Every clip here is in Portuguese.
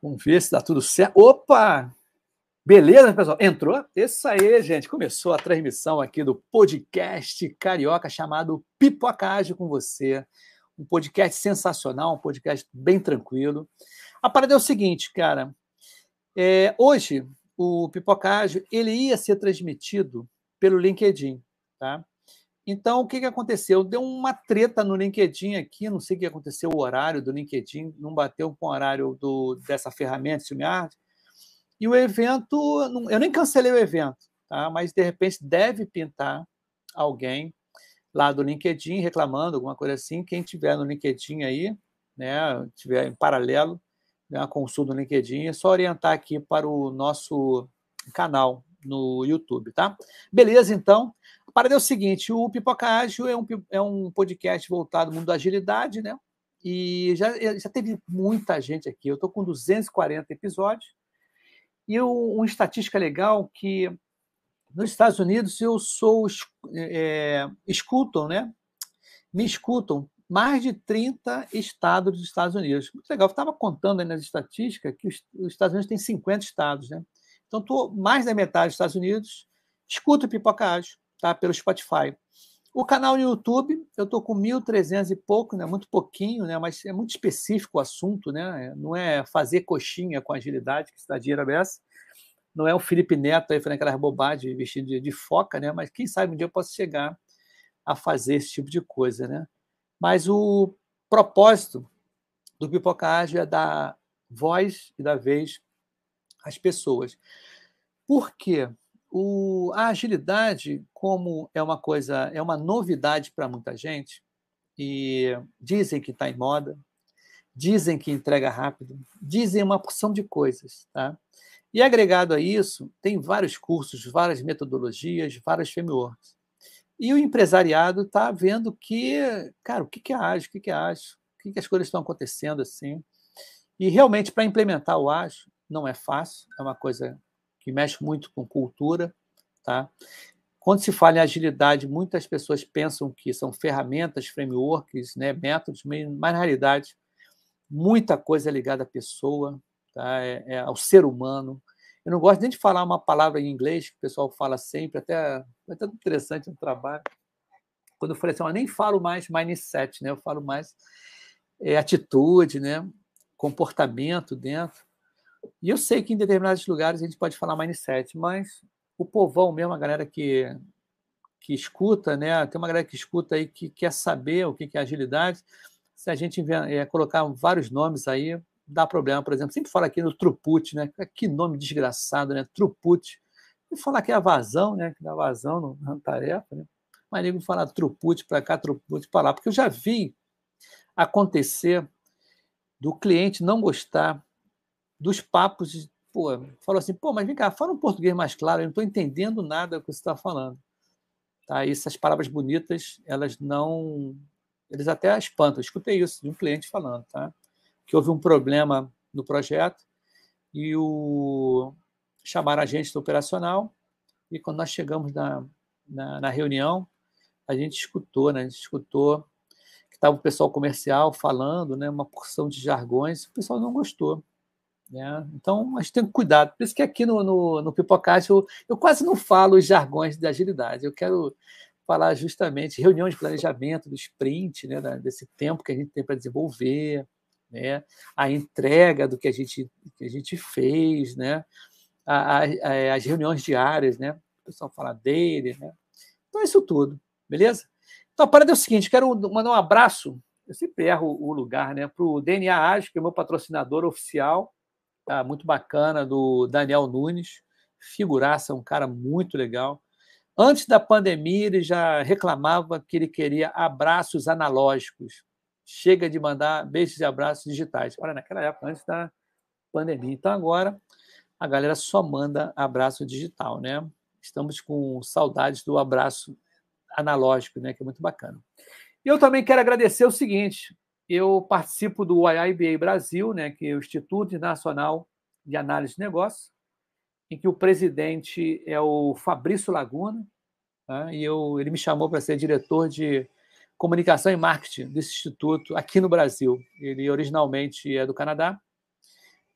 Vamos ver se dá tudo certo. Opa! Beleza, pessoal? Entrou? Isso aí, gente. Começou a transmissão aqui do podcast carioca chamado Pipocagem com você. Um podcast sensacional, um podcast bem tranquilo. A parada é o seguinte, cara. Hoje, o Pipocagem, ele ia ser transmitido pelo LinkedIn, tá? Então, o que aconteceu? Deu uma treta no LinkedIn aqui, não sei o que aconteceu, o horário do LinkedIn não bateu com o horário dessa ferramenta, StreamYard, e o evento, eu nem cancelei o evento, tá? Mas, de repente, deve pintar alguém lá do LinkedIn reclamando, alguma coisa assim. Quem tiver no LinkedIn aí, né, tiver em paralelo, né, uma consulta no LinkedIn, é só orientar aqui para o nosso canal no YouTube, tá? Beleza, então. A parada é o seguinte, o Pipoca Ágil é um podcast voltado ao mundo da agilidade, né? E já teve muita gente aqui. Eu estou com 240 episódios. E uma estatística legal que nos Estados Unidos escutam, né? Me escutam mais de 30 estados dos Estados Unidos. Muito legal. Eu estava contando aí nas estatísticas que os Estados Unidos têm 50 estados, né? Então, mais da metade dos Estados Unidos escuta o Pipoca Ágil, tá? Pelo Spotify. O canal no YouTube, eu estou com 1.300 e pouco, né? Muito pouquinho, né? Mas é muito específico o assunto, né? Não é fazer coxinha com agilidade, que se dá dinheiro a beça. Não é o Felipe Neto aí fazendo aquelas bobagens vestido de foca, né? Mas quem sabe um dia eu posso chegar a fazer esse tipo de coisa, né? Mas o propósito do Pipoca Ágil é dar voz e dar vez às pessoas. Por quê? A agilidade, como é uma novidade para muita gente, e dizem que está em moda, dizem que entrega rápido, dizem uma porção de coisas, tá? E agregado a isso, tem vários cursos, várias metodologias, vários frameworks. E o empresariado está vendo que, cara, o que é ágil, o que é ágil, o que as coisas estão acontecendo assim. E realmente, para implementar o ágil, não é fácil, é uma coisa que mexe muito com cultura, tá? Quando se fala em agilidade, muitas pessoas pensam que são ferramentas, frameworks, né, métodos, mas na realidade, muita coisa é ligada à pessoa, tá? Ao ser humano. Eu não gosto nem de falar uma palavra em inglês, que o pessoal fala sempre, até interessante no trabalho. Quando eu falei assim, eu nem falo mais mindset, né? Eu falo mais atitude, né? Comportamento dentro. E eu sei que em determinados lugares a gente pode falar mindset, mas o povão mesmo, a galera que escuta, né? Tem uma galera que escuta aí que quer saber o que é agilidade. Se a gente colocar vários nomes aí, dá problema. Por exemplo, sempre fala aqui no throughput, né? Que nome desgraçado, né? Throughput. E falar que é a vazão, né? Que dá vazão na tarefa, né? Mas nego falar throughput para cá, throughput para lá, porque eu já vi acontecer do cliente não gostar dos papos, falou assim, mas vem cá, fala um português mais claro, eu não estou entendendo nada do que você está falando. Tá? E essas palavras bonitas, eles até espantam. Eu escutei isso de um cliente falando, tá? Que houve um problema no projeto e chamaram a gente do operacional e quando nós chegamos na reunião, a gente escutou, né? A gente escutou que estava o pessoal comercial falando, né? Uma porção de jargões, o pessoal não gostou. Né? Então, a gente tem que cuidar. Por isso que aqui no Pipocast eu quase não falo os jargões da agilidade. Eu quero falar justamente reunião de planejamento do sprint, né? Desse tempo que a gente tem para desenvolver, né? A entrega do que a gente fez, né? As reuniões diárias, né? O pessoal fala dele, né? Então, é isso tudo, beleza? Então, a parada é o seguinte, quero mandar um abraço, eu sempre erro o lugar, né? Para o DNA Ágil, que é o meu patrocinador oficial, tá? Muito bacana, do Daniel Nunes, figuraça, um cara muito legal. Antes da pandemia, ele já reclamava que ele queria abraços analógicos. Chega de mandar beijos e abraços digitais. Olha, naquela época, antes da pandemia. Então, agora, a galera só manda abraço digital, né? Estamos com saudades do abraço analógico, né? Que é muito bacana. E eu também quero agradecer o seguinte, eu participo do IIBA Brasil, né, que é o Instituto Nacional de Análise de Negócios, em que o presidente é o Fabrício Laguna, tá? E ele me chamou para ser diretor de comunicação e marketing desse instituto aqui no Brasil. Ele originalmente é do Canadá,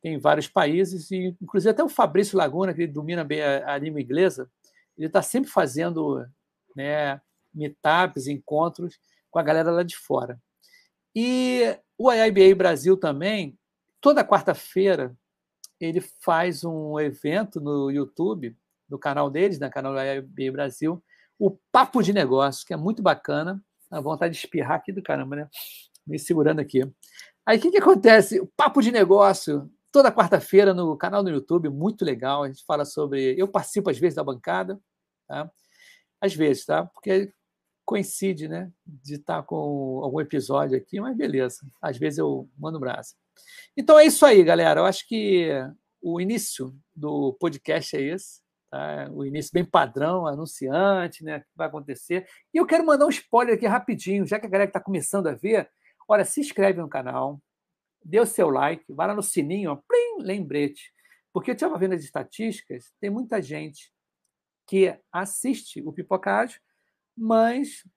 tem vários países, e inclusive até o Fabrício Laguna, que ele domina bem a língua inglesa, ele está sempre fazendo, né, meetups, encontros com a galera lá de fora. E o IIBA Brasil também, toda quarta-feira, ele faz um evento no YouTube, no canal deles, no canal do IIBA Brasil, o Papo de Negócio, que é muito bacana. A vontade de espirrar aqui do caramba, né? Me segurando aqui. Aí o que acontece? O Papo de Negócio, toda quarta-feira no canal do YouTube, muito legal. A gente fala sobre. Eu participo às vezes da bancada, tá? Às vezes, tá? Porque coincide, né? De estar com algum episódio aqui, mas beleza. Às vezes eu mando um braço. Então é isso aí, galera. Eu acho que o início do podcast é esse. Tá? O início bem padrão, anunciante, né? O que vai acontecer. E eu quero mandar um spoiler aqui rapidinho, já que a galera está começando a ver. Olha, se inscreve no canal, dê o seu like, vai lá no sininho, ó, plim, lembrete. Porque eu estava vendo as estatísticas, tem muita gente que assiste o Pipocádio, mas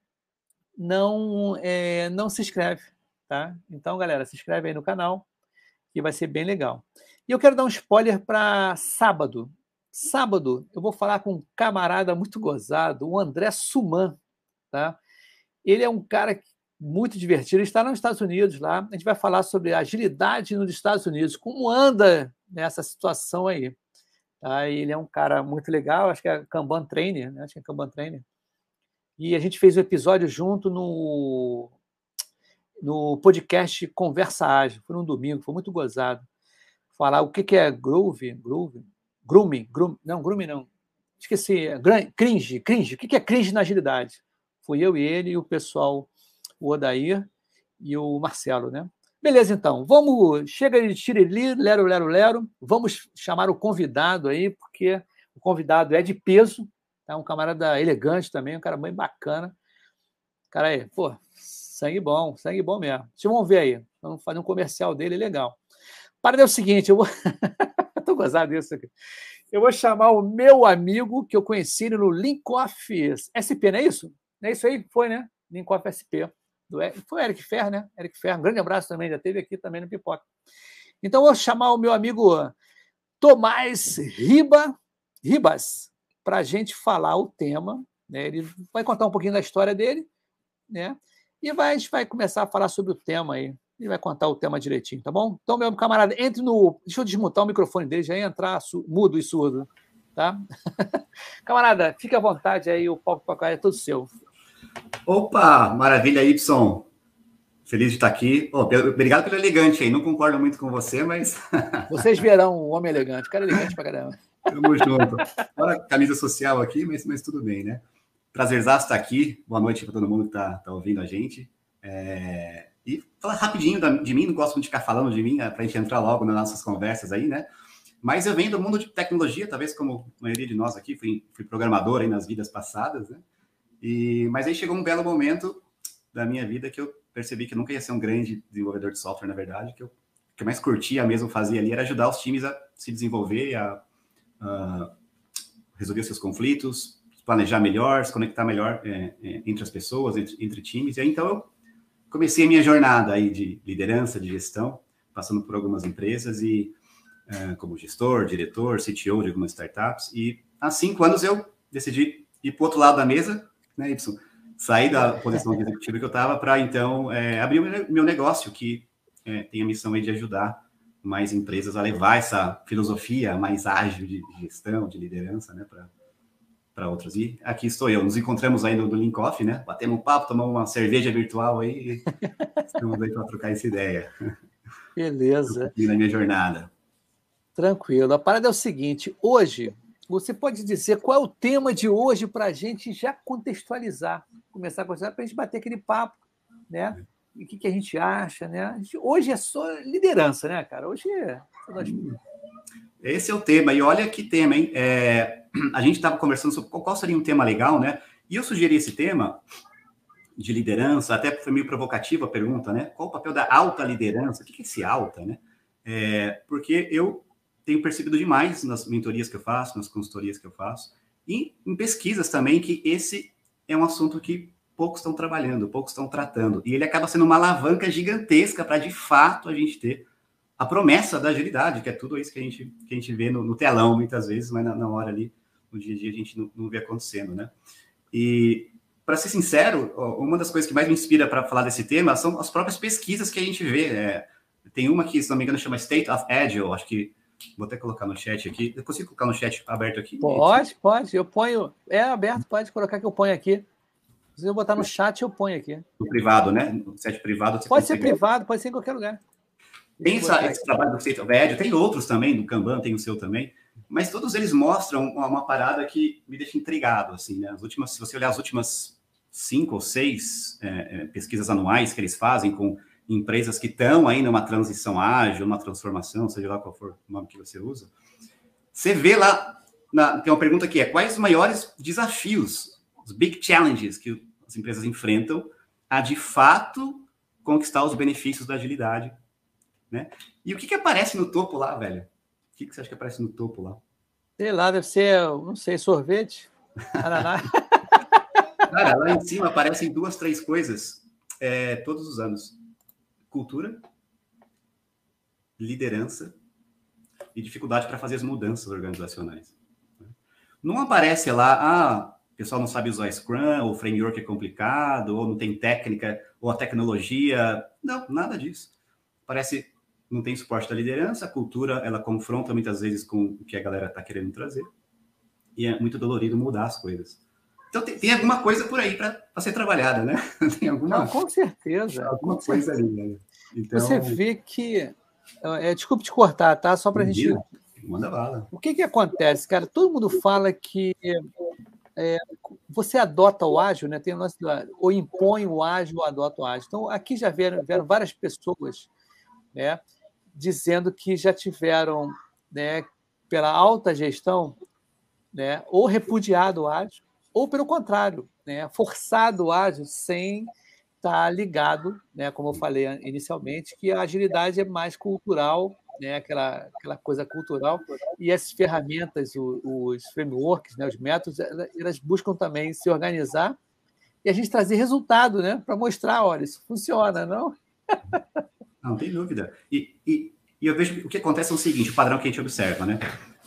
não se inscreve. Tá? Então, galera, se inscreve aí no canal, que vai ser bem legal. E eu quero dar um spoiler para sábado. Sábado, eu vou falar com um camarada muito gozado, o André Suman. Tá? Ele é um cara muito divertido, ele está nos Estados Unidos lá. A gente vai falar sobre agilidade nos Estados Unidos, como anda nessa situação aí. Tá? Ele é um cara muito legal, acho que é Kanban Trainer, né? Acho que é Kanban Trainer. E a gente fez um episódio junto no podcast Conversa Ágil, foi num domingo, foi muito gozado. Falar o que é grooming, não, esqueci, cringe, o que é cringe na agilidade? Fui eu e ele e o pessoal, o Odair e o Marcelo, né? Beleza, então, chega de tiriri, lero, vamos chamar o convidado aí, porque o convidado é de peso, tá? Um camarada elegante também, um cara bem bacana. Cara aí, pô, sangue bom mesmo. Vamos ver aí, vamos fazer um comercial dele, legal. Para é o seguinte, eu vou... Estou gozado disso aqui. Eu vou chamar o meu amigo que eu conheci no Linkoff SP, não é isso? Não é isso aí? Foi, né? Linkoff SP. Foi o Eric Fer, né? Eric Fer, um grande abraço também, já esteve aqui também no Pipoca. Então, eu vou chamar o meu amigo Tomás Ribas para a gente falar o tema. Né? Ele vai contar um pouquinho da história dele, né? E a gente vai começar a falar sobre o tema aí. Ele vai contar o tema direitinho, tá bom? Então, meu camarada, entre no... Deixa eu desmutar o microfone dele, já ia entrar mudo e surdo, tá? Camarada, fique à vontade aí, o palco para cá é todo seu. Opa, maravilha, Y. Feliz de estar aqui. Oh, obrigado pelo elegante aí. Não concordo muito com você, mas... Vocês verão o homem elegante. Cara elegante pra caramba. Tamo junto. Fora camisa social aqui, mas tudo bem, né? Prazerzaço estar aqui. Boa noite para todo mundo que tá ouvindo a gente. E falar rapidinho de mim, não gosto muito de ficar falando de mim, para a gente entrar logo nas nossas conversas aí, né? Mas eu venho do mundo de tecnologia, talvez como a maioria de nós aqui, fui programador aí nas vidas passadas, né? Mas aí chegou um belo momento da minha vida que eu percebi que eu nunca ia ser um grande desenvolvedor de software, na verdade, que eu mais curtia mesmo fazer ali era ajudar os times a se desenvolver, a resolver seus conflitos, planejar melhor, se conectar melhor entre as pessoas, entre times. E aí, então, eu comecei a minha jornada aí de liderança, de gestão, passando por algumas empresas e como gestor, diretor, CTO de algumas startups. E há 5 anos eu decidi ir para o outro lado da mesa, né, Y? Sair da posição de executivo que eu estava para, então, abrir o meu negócio, que tem a missão aí de ajudar mais empresas a levar essa filosofia mais ágil de gestão, de liderança, né, para outros. E aqui estou eu. Nos encontramos aí no Linkoff, né? Batemos um papo, tomamos uma cerveja virtual aí e estamos aí para trocar essa ideia. Beleza. Na minha jornada. Tranquilo. A parada é o seguinte, hoje, você pode dizer qual é o tema de hoje para a gente já contextualizar, começar a contextualizar, para a gente bater aquele papo, né? E o que a gente acha, né? Hoje é só liderança, né, cara? Hoje Esse é o tema. E olha que tema, hein? A gente estava conversando sobre qual seria um tema legal, né? E eu sugeri esse tema de liderança, até foi meio provocativa a pergunta, né? Qual o papel da alta liderança? O que é esse alta, né? Porque eu tenho percebido demais nas mentorias que eu faço, nas consultorias que eu faço, e em pesquisas também, que esse é um assunto que poucos estão trabalhando, poucos estão tratando. E ele acaba sendo uma alavanca gigantesca para, de fato, a gente ter a promessa da agilidade, que é tudo isso que a gente vê no telão, muitas vezes, mas na hora ali, no dia a dia, a gente não vê acontecendo, né? E, para ser sincero, uma das coisas que mais me inspira para falar desse tema são as próprias pesquisas que a gente vê. Tem uma que, se não me engano, chama State of Agile, acho que vou até colocar no chat aqui. Eu consigo colocar no chat aberto aqui? Pode. Eu ponho... É aberto, pode colocar que eu ponho aqui. Se eu botar no chat, eu ponho aqui. No privado, né? No chat privado. Pode ser privado, pode ser em qualquer lugar. Tem esse trabalho do State of Agile, tem outros também, do Kanban, tem o seu também, mas todos eles mostram uma parada que me deixa intrigado, assim, né? Se você olhar as últimas 5 ou 6 pesquisas anuais que eles fazem com empresas que estão aí numa transição ágil, numa transformação, seja lá qual for o nome que você usa, você vê lá, tem uma pergunta que quais os maiores desafios, os big challenges que as empresas enfrentam a, de fato, conquistar os benefícios da agilidade, né? E o que aparece no topo lá, velho? O que você acha que aparece no topo lá? Sei lá, deve ser, não sei, sorvete, ananá. Cara, lá em cima aparecem 2, 3 coisas todos os anos. Cultura, liderança e dificuldade para fazer as mudanças organizacionais. Não aparece lá, o pessoal não sabe usar Scrum, ou o framework é complicado, ou não tem técnica, ou a tecnologia. Não, nada disso. Parece não tem suporte da liderança, a cultura, ela confronta muitas vezes com o que a galera está querendo trazer, e é muito dolorido mudar as coisas. Então, tem alguma coisa por aí para ser trabalhada, né? Tem alguma... Não, com certeza. Alguma coisa ali, né? Então... Você vê que... desculpe te cortar, tá? Só para a gente... Manda bala. O que acontece, cara? Todo mundo fala que você adota o ágil, né? Tem o lance ou impõe o ágil ou adota o ágil. Então, aqui já vieram várias pessoas, né, dizendo que já tiveram, né, pela alta gestão, né, ou repudiado o ágil, ou, pelo contrário, né, forçado o ágil sem estar ligado, né, como eu falei inicialmente, que a agilidade é mais cultural, né, aquela coisa cultural, e as ferramentas, os frameworks, né, os métodos, elas buscam também se organizar e a gente trazer resultado, né, para mostrar, olha, isso funciona, não? Não tem dúvida. E eu vejo que o que acontece é o seguinte, o padrão que a gente observa, né?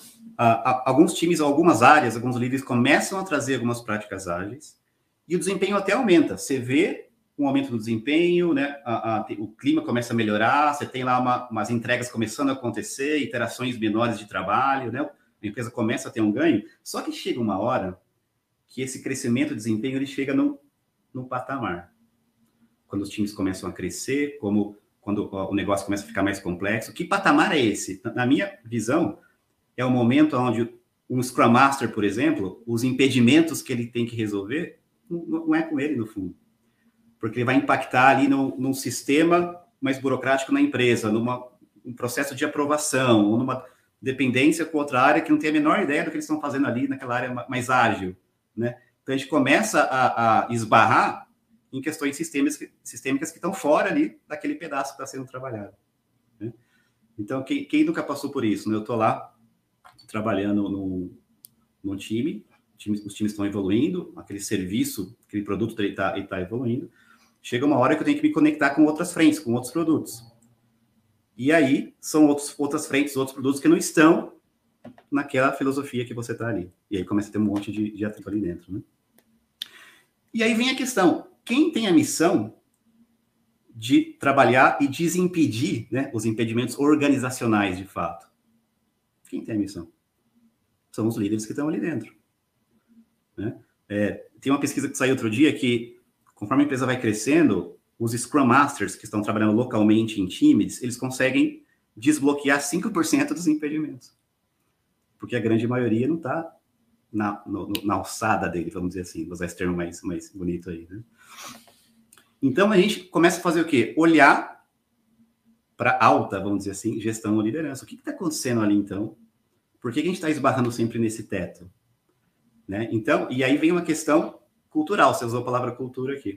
Alguns times, algumas áreas, alguns líderes começam a trazer algumas práticas ágeis e o desempenho até aumenta. Você vê um aumento do desempenho, né? O clima começa a melhorar, você tem lá umas entregas começando a acontecer, iterações menores de trabalho, né? A empresa começa a ter um ganho, só que chega uma hora que esse crescimento de desempenho ele chega num patamar. Quando os times começam a crescer, quando o negócio começa a ficar mais complexo. Que patamar é esse? Na minha visão, é o momento onde um Scrum Master, por exemplo, os impedimentos que ele tem que resolver, não é com ele, no fundo. Porque ele vai impactar ali num sistema mais burocrático na empresa, num processo de aprovação, ou numa dependência com outra área que não tem a menor ideia do que eles estão fazendo ali naquela área mais ágil, né? Então, a gente começa a esbarrar em questões sistêmicas que estão fora ali daquele pedaço que está sendo trabalhado, né? Então, quem nunca passou por isso, né? Eu estou lá trabalhando num time, os times estão evoluindo, aquele serviço, aquele produto ele está evoluindo. Chega uma hora que eu tenho que me conectar com outras frentes, com outros produtos. E aí, são outras frentes, outros produtos que não estão naquela filosofia que você está ali. E aí começa a ter um monte de atrito ali dentro, né? E aí vem a questão, quem tem a missão de trabalhar e desimpedir, né, os impedimentos organizacionais, de fato? Quem tem a missão? São os líderes que estão ali dentro, né? Tem uma pesquisa que saiu outro dia que, conforme a empresa vai crescendo, os Scrum Masters que estão trabalhando localmente em times, eles conseguem desbloquear 5% dos impedimentos. Porque a grande maioria não está na alçada dele, vamos dizer assim, vou usar esse termo mais bonito aí, né? Então, a gente começa a fazer o quê? Olhar para alta, vamos dizer assim, gestão ou liderança. O que está acontecendo ali, então? Por que a gente está esbarrando sempre nesse teto? Né? Então, e aí vem uma questão cultural. Você usou a palavra cultura aqui.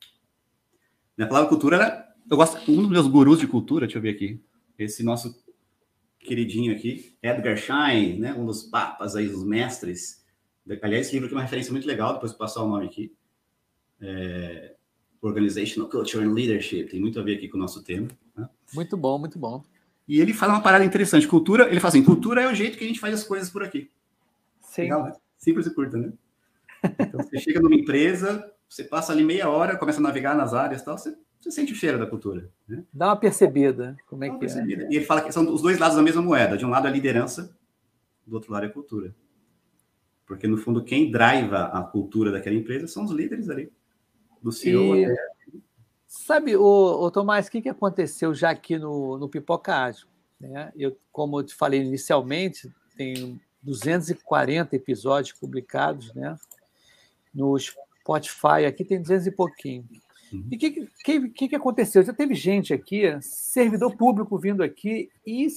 A palavra cultura, eu gosto, um dos meus gurus de cultura, deixa eu ver aqui, esse nosso queridinho aqui, Edgar Schein, né? Um dos papas aí, dos mestres. Aliás, esse livro aqui é uma referência muito legal, depois vou passar o nome aqui. Organizational Culture and Leadership, tem muito a ver aqui com o nosso tema. Né? Muito bom, muito bom. E ele fala uma parada interessante. Cultura, ele fala assim, cultura é o jeito que a gente faz as coisas por aqui. Sim. Legal, né? Simples e curta, né? Então, você chega numa empresa, você passa ali meia hora, começa a navegar nas áreas e tal, você sente o cheiro da cultura. Né? Dá uma percebida, como é que percebida. É. E ele fala que são os dois lados da mesma moeda. De um lado é a liderança, do outro lado é a cultura. Porque, no fundo, quem driva a cultura daquela empresa são os líderes ali. Do CEO até... Sabe, o Tomás, o que aconteceu já aqui no Pipoca Ágil? Né? Como eu te falei inicialmente, tem 240 episódios publicados, né? No Spotify, aqui tem 200 e pouquinho. E o que aconteceu? Já teve gente aqui, servidor público vindo aqui e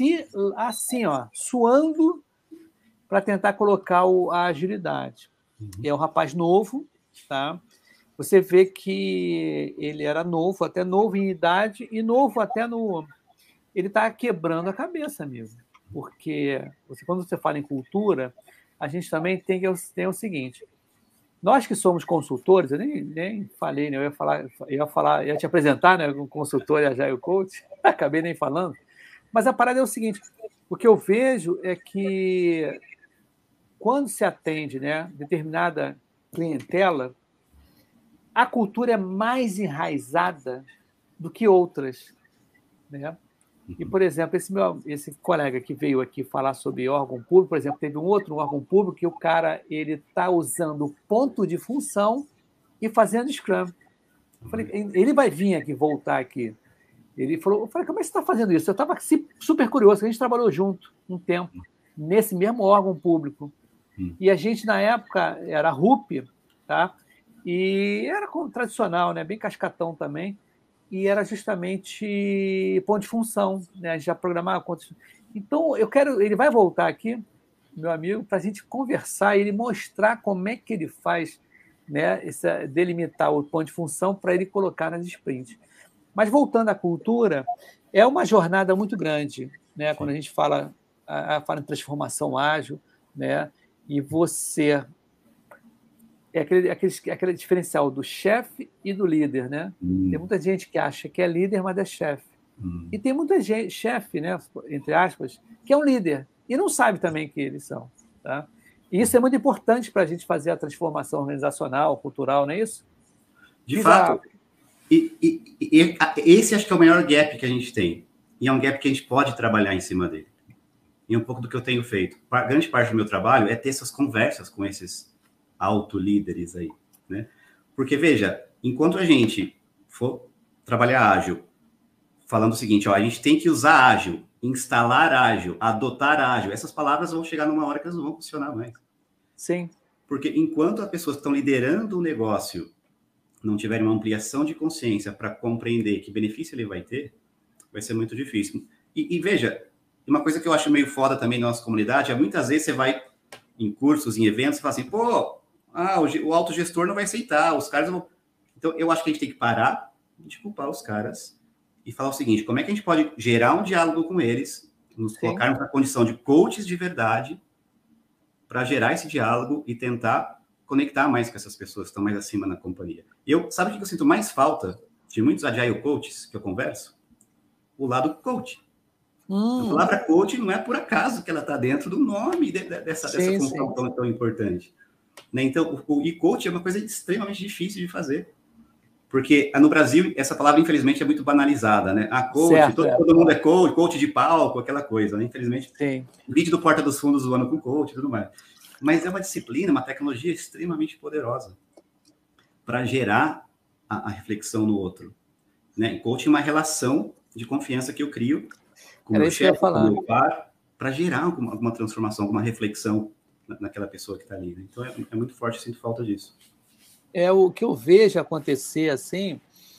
assim, suando para tentar colocar a agilidade. É um rapaz novo, tá? Você vê que ele era novo, até novo em idade e novo até no... Ele está quebrando a cabeça mesmo, porque quando você fala em cultura, a gente também tem o seguinte: nós que somos consultores, eu nem falei, né? Eu ia te apresentar, né? Um consultor e Agile Coach, acabei nem falando, mas a parada é o seguinte: o que eu vejo é que quando se atende, né, determinada clientela, a cultura é mais enraizada do que outras, né? E, por exemplo, esse colega que veio aqui falar sobre órgão público, por exemplo, teve um outro órgão público que o cara está usando ponto de função e fazendo Scrum. Eu falei, ele vai vir aqui, voltar aqui. Ele falou, eu falei, como é que você está fazendo isso? Eu estava super curioso, a gente trabalhou junto um tempo, nesse mesmo órgão público. E a gente, na época, era RUP, tá? E era tradicional, né? Bem cascatão também. E era justamente ponto de função, né? A gente já programava ponto. Então, ele vai voltar aqui, meu amigo, para a gente conversar e ele mostrar como é que ele faz, né, delimitar o ponto de função para ele colocar nas sprints. Mas voltando à cultura, é uma jornada muito grande, né? Quando a gente fala em transformação ágil, né? E você aquele diferencial do chefe e do líder, né? Tem muita gente que acha que é líder, mas é chefe. E tem muita gente, chefe, né, entre aspas, que é um líder e não sabe também que eles são. Tá? E isso é muito importante para a gente fazer a transformação organizacional, cultural, não é isso? De fato. Esse acho que é o maior gap que a gente tem. E é um gap que a gente pode trabalhar em cima dele. E um pouco do que eu tenho feito. Grande parte do meu trabalho é ter essas conversas com esses autolíderes aí, né? Porque, veja, enquanto a gente for trabalhar ágil, falando o seguinte, a gente tem que usar ágil, instalar ágil, adotar ágil, essas palavras vão chegar numa hora que elas não vão funcionar mais. Sim. Porque enquanto as pessoas que estão liderando o negócio não tiverem uma ampliação de consciência para compreender que benefício ele vai ter, vai ser muito difícil. E veja, uma coisa que eu acho meio foda também na nossa comunidade é muitas vezes você vai em cursos, em eventos, e fala assim, o autogestor não vai aceitar, os caras vão... Então, eu acho que a gente tem que parar de culpar os caras e falar o seguinte, como é que a gente pode gerar um diálogo com eles, nos colocarmos na condição de coaches de verdade para gerar esse diálogo e tentar conectar mais com essas pessoas que estão mais acima na companhia. E sabe o que eu sinto mais falta de muitos agile coaches que eu converso? O lado coach. A palavra coach não é por acaso que ela está dentro do nome dessa função tão importante. Né? Então, o e-coach é uma coisa extremamente difícil de fazer. Porque no Brasil, essa palavra, infelizmente, é muito banalizada, né? Coach, todo mundo é coach de palco, aquela coisa, né? Infelizmente, vídeo do Porta dos Fundos zoando com coach e tudo mais. Mas é uma disciplina, uma tecnologia extremamente poderosa para gerar a reflexão no outro. Né? Coaching é uma relação de confiança que eu crio com o meu chefe, com o meu par, para gerar alguma transformação, alguma reflexão naquela pessoa que está ali. Né? Então, é muito forte, sinto falta disso. É o que eu vejo acontecer, assim,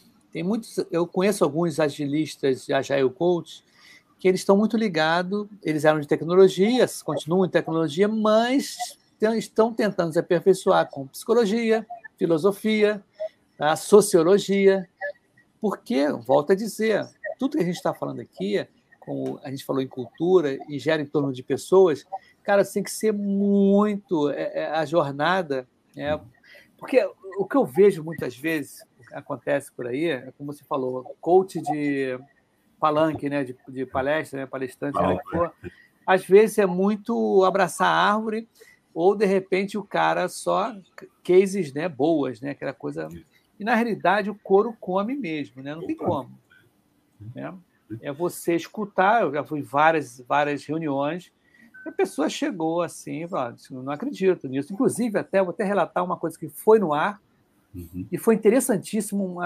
eu conheço alguns agilistas de Agile Coach que eles estão muito ligados, eles eram de tecnologia, continuam em tecnologia, mas estão tentando se aperfeiçoar com psicologia, filosofia, a sociologia, porque, volto a dizer, tudo que a gente está falando aqui, como a gente falou em cultura e gera em torno de pessoas, cara, tem que ser muito a jornada, né? Porque o que eu vejo muitas vezes, o que acontece por aí, é como você falou, coach de palanque, né, de palestra, né, palestrante, era que for, às vezes é muito abraçar a árvore ou, de repente, o cara só cases, né, boas, né, aquela coisa... E, na realidade, o couro come mesmo, né? Não tem como. Né? É você escutar, eu já fui em várias reuniões, e a pessoa chegou assim, e falou, não acredito nisso. Inclusive, vou até relatar uma coisa que foi no ar, e foi interessantíssimo,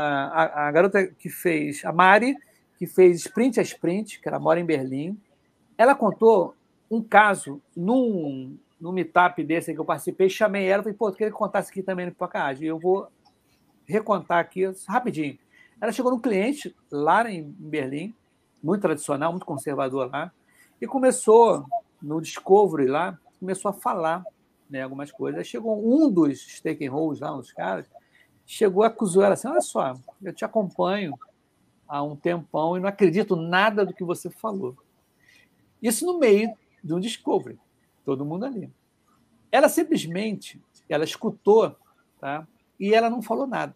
a garota que fez, a Mari, que fez Sprint a Sprint, que ela mora em Berlim, ela contou um caso num meetup desse que eu participei, chamei ela e falei, pô, eu queria que contasse aqui também no Pipocahage, e eu vou recontar aqui rapidinho. Ela chegou num cliente lá em Berlim, muito tradicional, muito conservador lá, e começou, no Discovery lá, começou a falar, né, algumas coisas. Aí chegou um dos stakeholders lá, um dos caras, chegou e acusou ela assim, olha só, eu te acompanho há um tempão e não acredito nada do que você falou. Isso no meio de um Discovery, todo mundo ali. Ela simplesmente, ela escutou, tá? E ela não falou nada.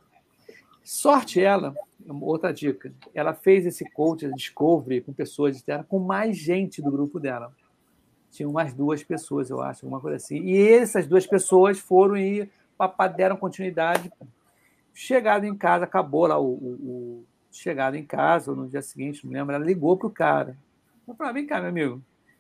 Sorte ela, outra dica, ela fez esse coach, Discovery, com pessoas externas, com mais gente do grupo dela. Tinham mais 2 pessoas, eu acho, alguma coisa assim. E essas 2 pessoas foram e deram continuidade. Chegado em casa, acabou lá chegado em casa, ou no dia seguinte, não lembro, ela ligou para o cara. Eu falei, vem cá, meu amigo,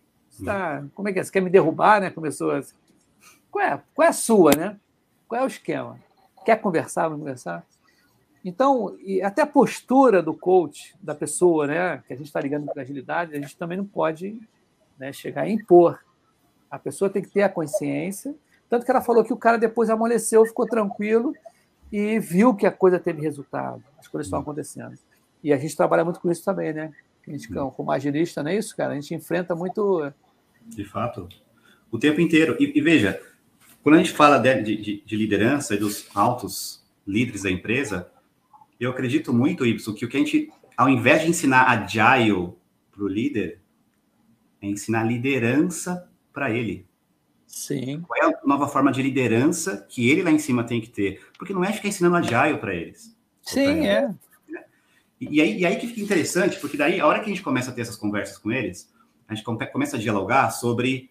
como é que é? Você quer me derrubar, né? Começou assim. Qual é a sua, né? Qual é o esquema? Quer conversar, vamos conversar? Então, e até a postura do coach, da pessoa, né, que a gente está ligando com agilidade, a gente também não pode, né, chegar a impor. A pessoa tem que ter a consciência. Tanto que ela falou que o cara depois amoleceu, ficou tranquilo e viu que a coisa teve resultado. As coisas estão acontecendo. E a gente trabalha muito com isso também, né? A gente, como agilista, não é isso, cara? A gente enfrenta muito... De fato, o tempo inteiro. E veja, quando a gente fala de liderança e dos altos líderes da empresa, eu acredito muito, Ibsen, que o que a gente, ao invés de ensinar agile para o líder, é ensinar liderança para ele. Sim. Qual é a nova forma de liderança que ele lá em cima tem que ter? Porque não é ficar ensinando agile para eles. Sim, é. E aí que fica interessante, porque daí, a hora que a gente começa a ter essas conversas com eles, a gente começa a dialogar sobre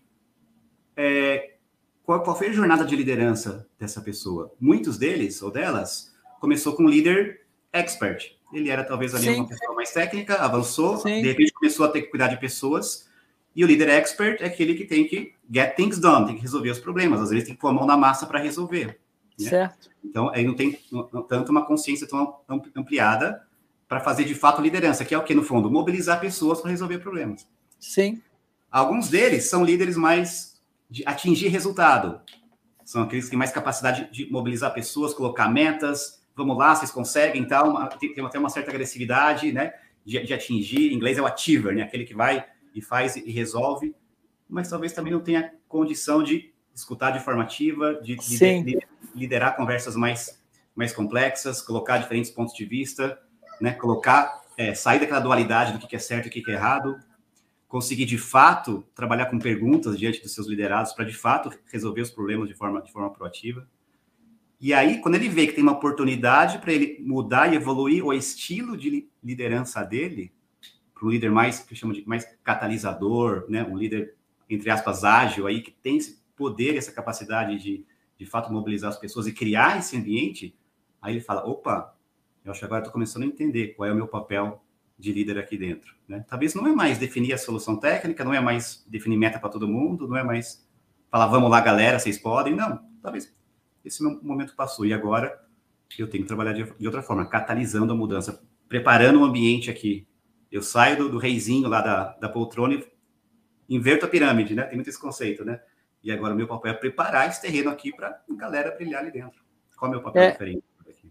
qual foi a jornada de liderança dessa pessoa. Muitos deles, ou delas, começou com um líder expert. Ele era talvez ali uma pessoa mais técnica, avançou, de repente começou a ter que cuidar de pessoas, e o líder expert é aquele que tem que get things done, tem que resolver os problemas, às vezes tem que pôr a mão na massa para resolver. Né? Certo. Então, aí não tem tanto uma consciência tão ampliada para fazer de fato liderança, que é o que, no fundo, mobilizar pessoas para resolver problemas. Sim. Alguns deles são líderes mais de atingir resultado. São aqueles que têm mais capacidade de mobilizar pessoas, colocar metas, vamos lá, vocês conseguem, tal, tem até uma certa agressividade, né, de atingir, em inglês é o achiever, né, aquele que vai e faz e resolve, mas talvez também não tenha condição de escutar de forma ativa, de liderar conversas mais complexas, colocar diferentes pontos de vista, né, sair daquela dualidade do que é certo e o que é errado, conseguir, de fato, trabalhar com perguntas diante dos seus liderados para, de fato, resolver os problemas de forma proativa. E aí, quando ele vê que tem uma oportunidade para ele mudar e evoluir o estilo de liderança dele, para um líder mais, que eu chamo de mais catalisador, né? Um líder, entre aspas, ágil, aí, que tem esse poder, essa capacidade de fato, mobilizar as pessoas e criar esse ambiente, aí ele fala, opa, eu acho que agora estou começando a entender qual é o meu papel de líder aqui dentro. Né? Talvez não é mais definir a solução técnica, não é mais definir meta para todo mundo, não é mais falar, vamos lá, galera, vocês podem. Não, talvez esse meu momento passou. E agora eu tenho que trabalhar de outra forma, catalisando a mudança, preparando o ambiente aqui. Eu saio do reizinho lá da poltrona e inverto a pirâmide, né? Tem muito esse conceito, né? E agora o meu papel é preparar esse terreno aqui para a galera brilhar ali dentro. Qual é o meu papel diferente?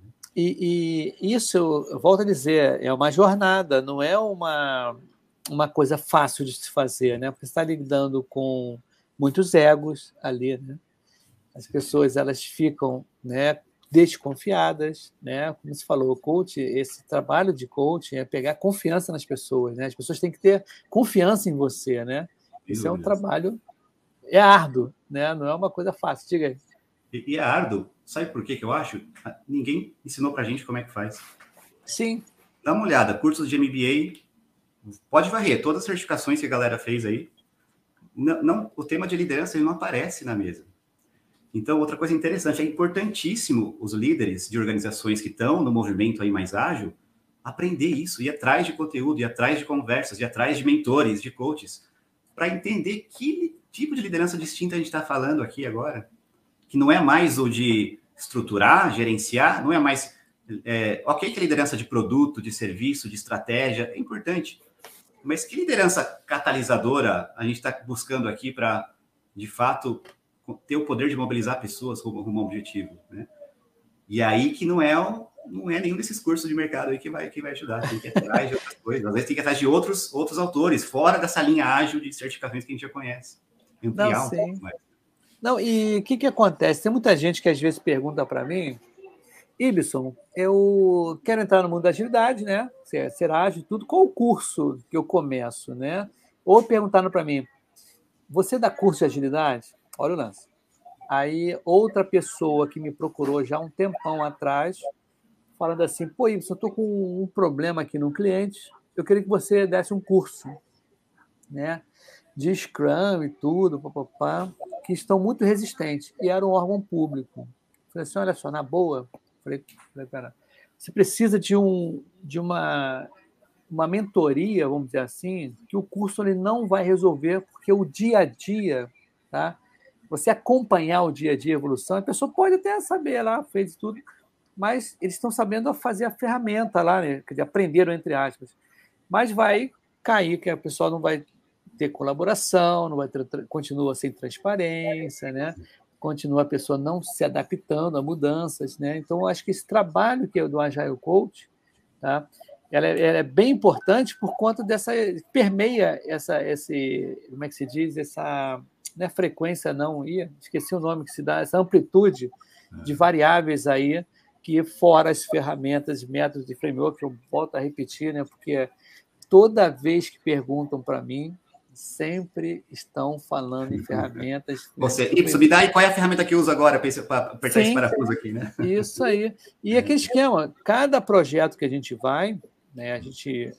E isso, eu volto a dizer, é uma jornada, não é uma coisa fácil de se fazer, né? Porque você está lidando com muitos egos ali, né? As pessoas, elas ficam, né, desconfiadas, né? Como você falou, o coach, esse trabalho de coaching é pegar confiança nas pessoas, né? As pessoas têm que ter confiança em você, né? Isso é um trabalho, é árduo, né? Não é uma coisa fácil, diga aí. E é árduo. Sabe por que eu acho? Ninguém ensinou pra gente como é que faz. Sim. Dá uma olhada, cursos de MBA, Pode varrer todas as certificações que a galera fez aí. Não, o tema de liderança ele não aparece na mesa. Então, outra coisa interessante, é importantíssimo os líderes de organizações que estão no movimento aí mais ágil aprender isso, ir atrás de conteúdo, ir atrás de conversas, ir atrás de mentores, de coaches, para entender que tipo de liderança distinta a gente está falando aqui agora, que não é mais o de estruturar, gerenciar, não é mais... ok que a liderança de produto, de serviço, de estratégia é importante, mas que liderança catalisadora a gente está buscando aqui para, de fato, ter o poder de mobilizar pessoas rumo a um objetivo, né? E aí que não é nenhum desses cursos de mercado aí que vai ajudar, tem que ir atrás de outras coisas, às vezes tem que ir atrás de outros autores, fora dessa linha ágil de certificações que a gente já conhece. Ampliar um pouco mais. Não, e o que acontece? Tem muita gente que às vezes pergunta para mim, Ibson, eu quero entrar no mundo da agilidade, né? Ser ágil e tudo, qual o curso que eu começo, né? Ou perguntaram para mim, você dá curso de agilidade? Olha o lance. Aí, outra pessoa que me procurou já um tempão atrás, falando assim, pô, Ibson, eu estou com um problema aqui no cliente, eu queria que você desse um curso, né? De Scrum e tudo, papapá, que estão muito resistentes. E era um órgão público. Falei assim, olha só, na boa, falei pera, você precisa de uma mentoria, vamos dizer assim, que o curso ele não vai resolver, porque o dia a dia, tá? Você acompanhar o dia a dia, a evolução, a pessoa pode até saber lá, fez tudo, mas eles estão sabendo fazer a ferramenta lá, né? Quer dizer, aprenderam, entre aspas. Mas vai cair, que a pessoa não vai ter colaboração, não vai ter, continua sem transparência, né? Continua a pessoa não se adaptando a mudanças, né? Então, eu acho que esse trabalho que é do Agile Coach, tá? Ela é bem importante por conta dessa permeia como é que se diz, essa não é frequência não, esqueci o nome que se dá, essa amplitude de variáveis aí que fora as ferramentas, métodos de framework, que eu volto a repetir, né? Porque toda vez que perguntam para mim, sempre estão falando em ferramentas. Você, Ibson, me dá aí qual é a ferramenta que usa agora para apertar esse parafuso aqui, né? Isso aí. E aquele esquema, cada projeto que a gente vai, né, a gente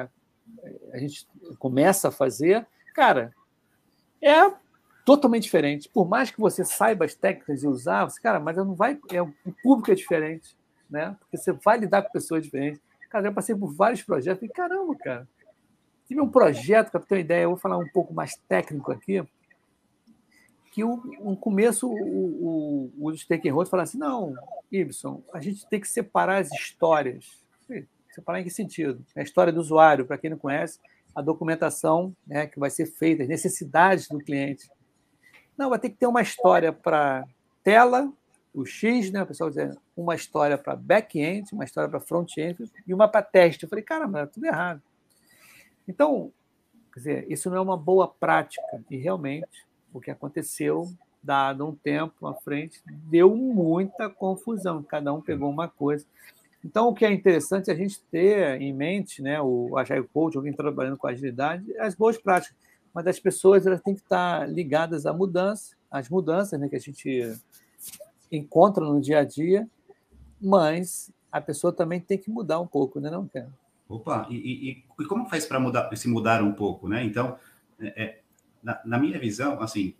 começa a fazer, cara, é totalmente diferente. Por mais que você saiba as técnicas de usar, cara, mas não vai, o público é diferente, né? Porque você vai lidar com pessoas diferentes. Cara, eu passei por vários projetos e caramba, cara. Tive um projeto, para ter uma ideia, eu vou falar um pouco mais técnico aqui, que no começo o stakeholder fala assim, não, Ibson, a gente tem que separar as histórias. Separar em que sentido? A história do usuário, para quem não conhece, a documentação, né, que vai ser feita, as necessidades do cliente. Não, vai ter que ter uma história para tela, o X, né, o pessoal dizendo, uma história para back-end, uma história para front-end e uma para teste. Eu falei, caramba, tudo errado. Então, quer dizer, isso não é uma boa prática. E realmente, o que aconteceu, dado um tempo à frente, deu muita confusão. Cada um pegou uma coisa. Então, o que é interessante é a gente ter em mente, né, o Agile Coach, alguém trabalhando com agilidade, as boas práticas. Mas as pessoas elas têm que estar ligadas à mudança, às mudanças, né, que a gente encontra no dia a dia, mas a pessoa também tem que mudar um pouco, né, não, cara? Opa, e como faz para se mudar um pouco, né? Então, na minha visão, assim,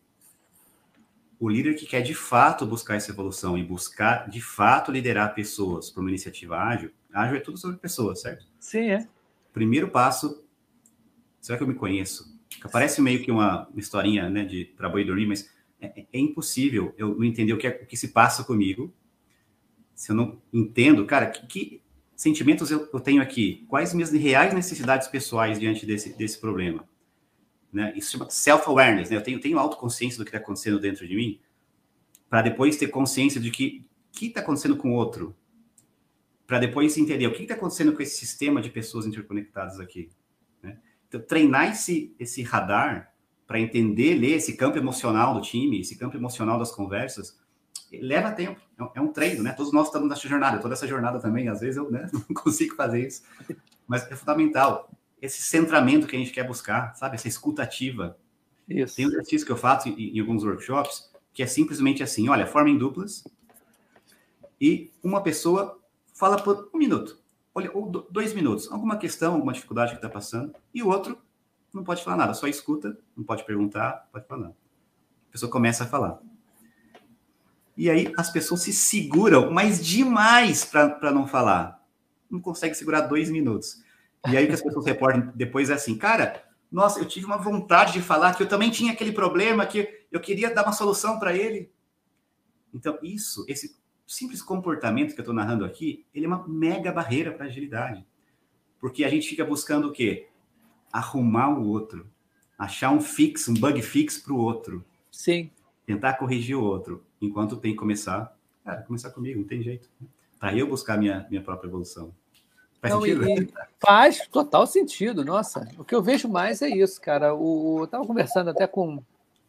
o líder que quer de fato buscar essa evolução e buscar de fato liderar pessoas para uma iniciativa ágil é tudo sobre pessoas, certo? Sim, é. Primeiro passo, será que eu me conheço? Parece meio que uma historinha, né, de para boi dormir, mas é impossível eu não entender o que se passa comigo se eu não entendo, cara, que sentimentos eu tenho aqui, quais minhas reais necessidades pessoais diante desse problema. Né? Isso se chama self-awareness, né? Eu tenho autoconsciência do que está acontecendo dentro de mim, para depois ter consciência de que está acontecendo com o outro, para depois entender o que está acontecendo com esse sistema de pessoas interconectadas aqui. Né? Então, treinar esse radar para entender, ler esse campo emocional do time, esse campo emocional das conversas, leva tempo, é um treino, né? Todos nós estamos nessa jornada, toda essa jornada também, às vezes eu, né, não consigo fazer isso, mas é fundamental. Esse centramento que a gente quer buscar, sabe? Essa escuta ativa. Isso. Tem um exercício que eu faço em alguns workshops, que é simplesmente assim, olha, formem duplas e uma pessoa fala por 1 minuto. olha, ou 2 minutos, alguma questão, alguma dificuldade que está passando, e o outro não pode falar nada, só escuta, não pode perguntar, não pode falar nada. A pessoa começa a falar. E aí as pessoas se seguram, mas demais para não falar. Não consegue segurar 2 minutos. E aí o que as pessoas reportam depois é assim, cara, nossa, eu tive uma vontade de falar que eu também tinha aquele problema, que eu queria dar uma solução para ele. Então, esse simples comportamento que eu estou narrando aqui, ele é uma mega barreira para a agilidade. Porque a gente fica buscando o quê? Arrumar o outro. Achar um bug fix para o outro. Sim. Tentar corrigir o outro. Enquanto tem que começar comigo, não tem jeito. Para eu buscar minha própria evolução. Faz sentido? Faz total sentido, nossa. O que eu vejo mais é isso, cara. Eu estava conversando até com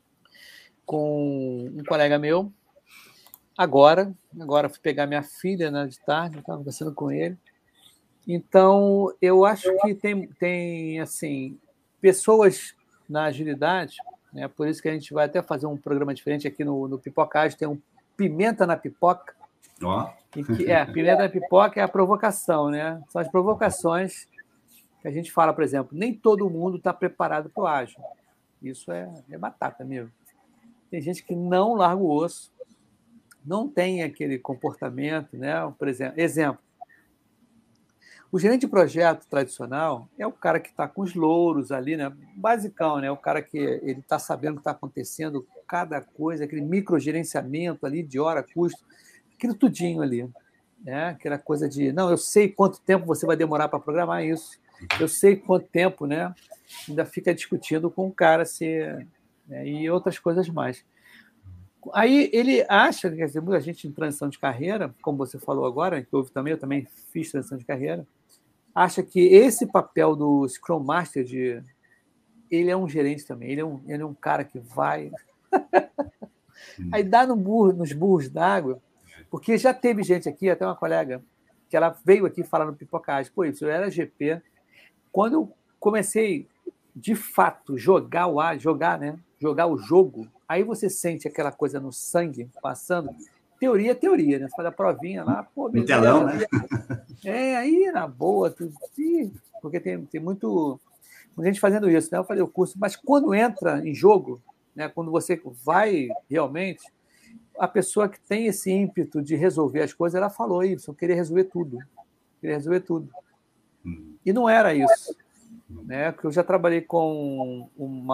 um colega meu, agora fui pegar minha filha, né, de tarde, estava conversando com ele. Então, eu acho que tem assim, pessoas na agilidade, né, por isso que a gente vai até fazer um programa diferente aqui no Pipocage, tem um Pimenta na Pipoca. Pimenta na Pipoca é a provocação, né? São as provocações que a gente fala, por exemplo, nem todo mundo está preparado para o ágil. Isso é batata mesmo. Tem gente que não larga o osso, não tem aquele comportamento, né? Por exemplo, o gerente de projeto tradicional é o cara que está com os louros ali, né? Basicão, né? O cara que ele está sabendo o que está acontecendo, cada coisa, aquele microgerenciamento ali de hora, custo, aquilo tudinho ali. Né? Aquela coisa de, não, eu sei quanto tempo você vai demorar para programar isso, eu sei quanto tempo, né? Ainda fica discutindo com o cara e outras coisas mais. Aí ele acha, quer dizer, muita gente em transição de carreira, como você falou agora, que houve também, eu também fiz transição de carreira, acha que esse papel do Scrum Master, ele é um gerente também, ele é um cara que vai... Aí dá nos burros d'água, porque já teve gente aqui, até uma colega, que ela veio aqui falar no Pipocage, pô, isso eu era GP. Quando eu comecei, de fato, jogar o jogo, aí você sente aquela coisa no sangue passando. Teoria é teoria, né? Você faz a provinha lá, pô, beleza. No telão, né? Aí na boa, tudo, porque tem muita gente fazendo isso, né? Eu falei o curso, mas quando entra em jogo, né? Quando você vai realmente, a pessoa que tem esse ímpeto de resolver as coisas, ela falou isso, eu queria resolver tudo. E não era isso. Né? Porque eu já trabalhei com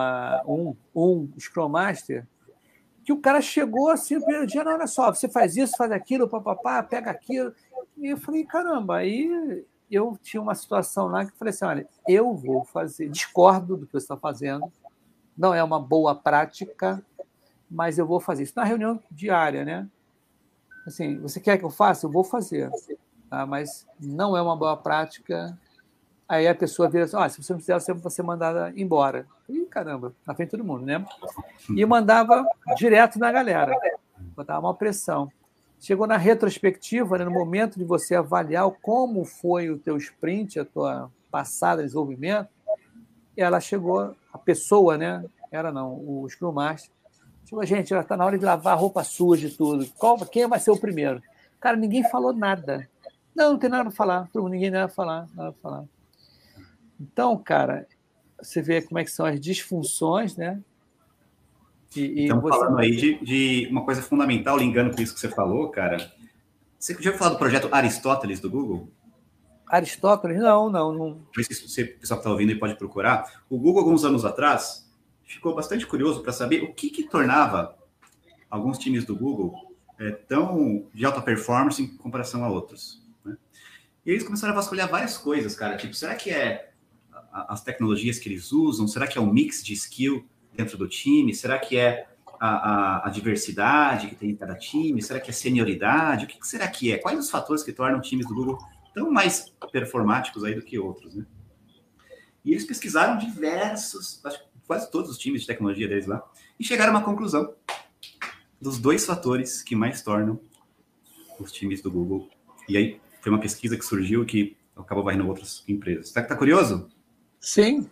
um Scrum Master que o cara chegou assim no primeiro dia, não, olha só, você faz isso, faz aquilo, papapá, pega aquilo. E eu falei, caramba, aí eu tinha uma situação lá que eu falei assim, olha, eu vou fazer, discordo do que você está fazendo, não é uma boa prática, mas eu vou fazer isso na reunião diária, né? Assim, você quer que eu faça? Eu vou fazer, tá? Mas não é uma boa prática. Aí a pessoa vira assim, se você não fizer, você vai ser mandada embora. Ih, caramba, na frente de todo mundo, né? E mandava direto na galera, botava uma pressão. Chegou na retrospectiva, né, no momento de você avaliar como foi o teu sprint, a tua passada de desenvolvimento, ela chegou, a pessoa, né? Ela não, o Scrum Master, tipo, gente, já está na hora de lavar a roupa suja e tudo. Quem vai ser o primeiro? Cara, ninguém falou nada. Não tem nada para falar. Ninguém nada para falar. Então, cara, você vê como é que são as disfunções, né? Estamos falando aí de uma coisa fundamental, ligando com isso que você falou, cara. Você já ouviu falar do projeto Aristóteles do Google? Aristóteles? Não. Por isso que o pessoal que está ouvindo aí pode procurar. O Google, alguns anos atrás, ficou bastante curioso para saber o que tornava alguns times do Google tão de alta performance em comparação a outros. Né? E eles começaram a vasculhar várias coisas, cara. Tipo, será que é as tecnologias que eles usam? Será que é um mix de skill dentro do time? Será que é a diversidade que tem em cada time? Será que é senioridade? O que será que é? Quais os fatores que tornam times do Google tão mais performáticos aí do que outros, né? E eles pesquisaram quase todos os times de tecnologia deles lá, e chegaram a uma conclusão dos 2 fatores que mais tornam os times do Google. E aí foi uma pesquisa que surgiu que acabou varrendo outras empresas. Tá curioso? Sim.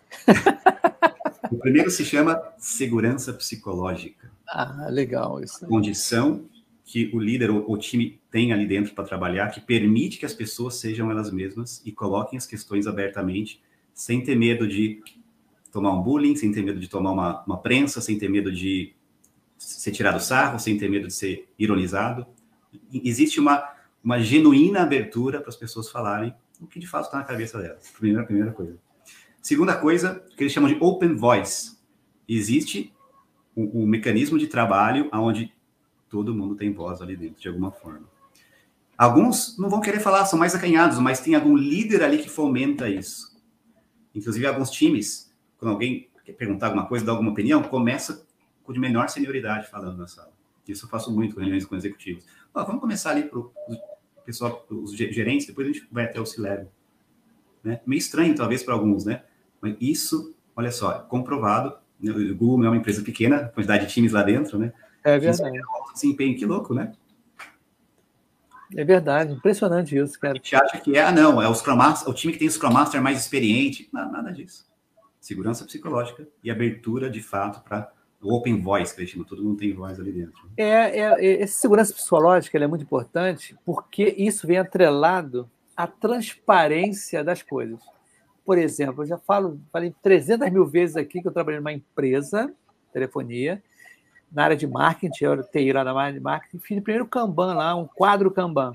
O primeiro se chama segurança psicológica. Legal isso. Condição que o líder ou o time tem ali dentro para trabalhar, que permite que as pessoas sejam elas mesmas e coloquem as questões abertamente, sem ter medo de tomar um bullying, sem ter medo de tomar uma prensa, sem ter medo de ser tirado sarro, sem ter medo de ser ironizado. Existe uma genuína abertura para as pessoas falarem o que de fato está na cabeça delas. Primeira coisa. Segunda coisa, que eles chamam de open voice. Existe um mecanismo de trabalho onde todo mundo tem voz ali dentro, de alguma forma. Alguns não vão querer falar, são mais acanhados, mas tem algum líder ali que fomenta isso. Inclusive, alguns times, quando alguém quer perguntar alguma coisa, dar alguma opinião, começa com de menor senioridade falando na sala. Isso eu faço muito com reuniões com executivos. Vamos começar ali para o pessoal, os gerentes, depois a gente vai até o C-Level. Né? Meio estranho, talvez, para alguns, né? Mas isso, olha só, é comprovado. Né? O Google é uma empresa pequena, quantidade de times lá dentro, né? É verdade. Desempenho, que louco, né? É verdade, impressionante isso, cara. A gente acha que não, é o Scrum Master, o time que tem o Scrum Master mais experiente. Não, nada disso. Segurança psicológica e abertura, de fato, para o open voice, que a gente chama, todo mundo tem voz ali dentro. Essa segurança psicológica é muito importante porque isso vem atrelado à transparência das coisas. Por exemplo, eu já falei 300 mil vezes aqui que eu trabalhei numa empresa, telefonia, na área de marketing, eu era TI lá na área de marketing, fiz o primeiro Kanban lá, um quadro Kanban,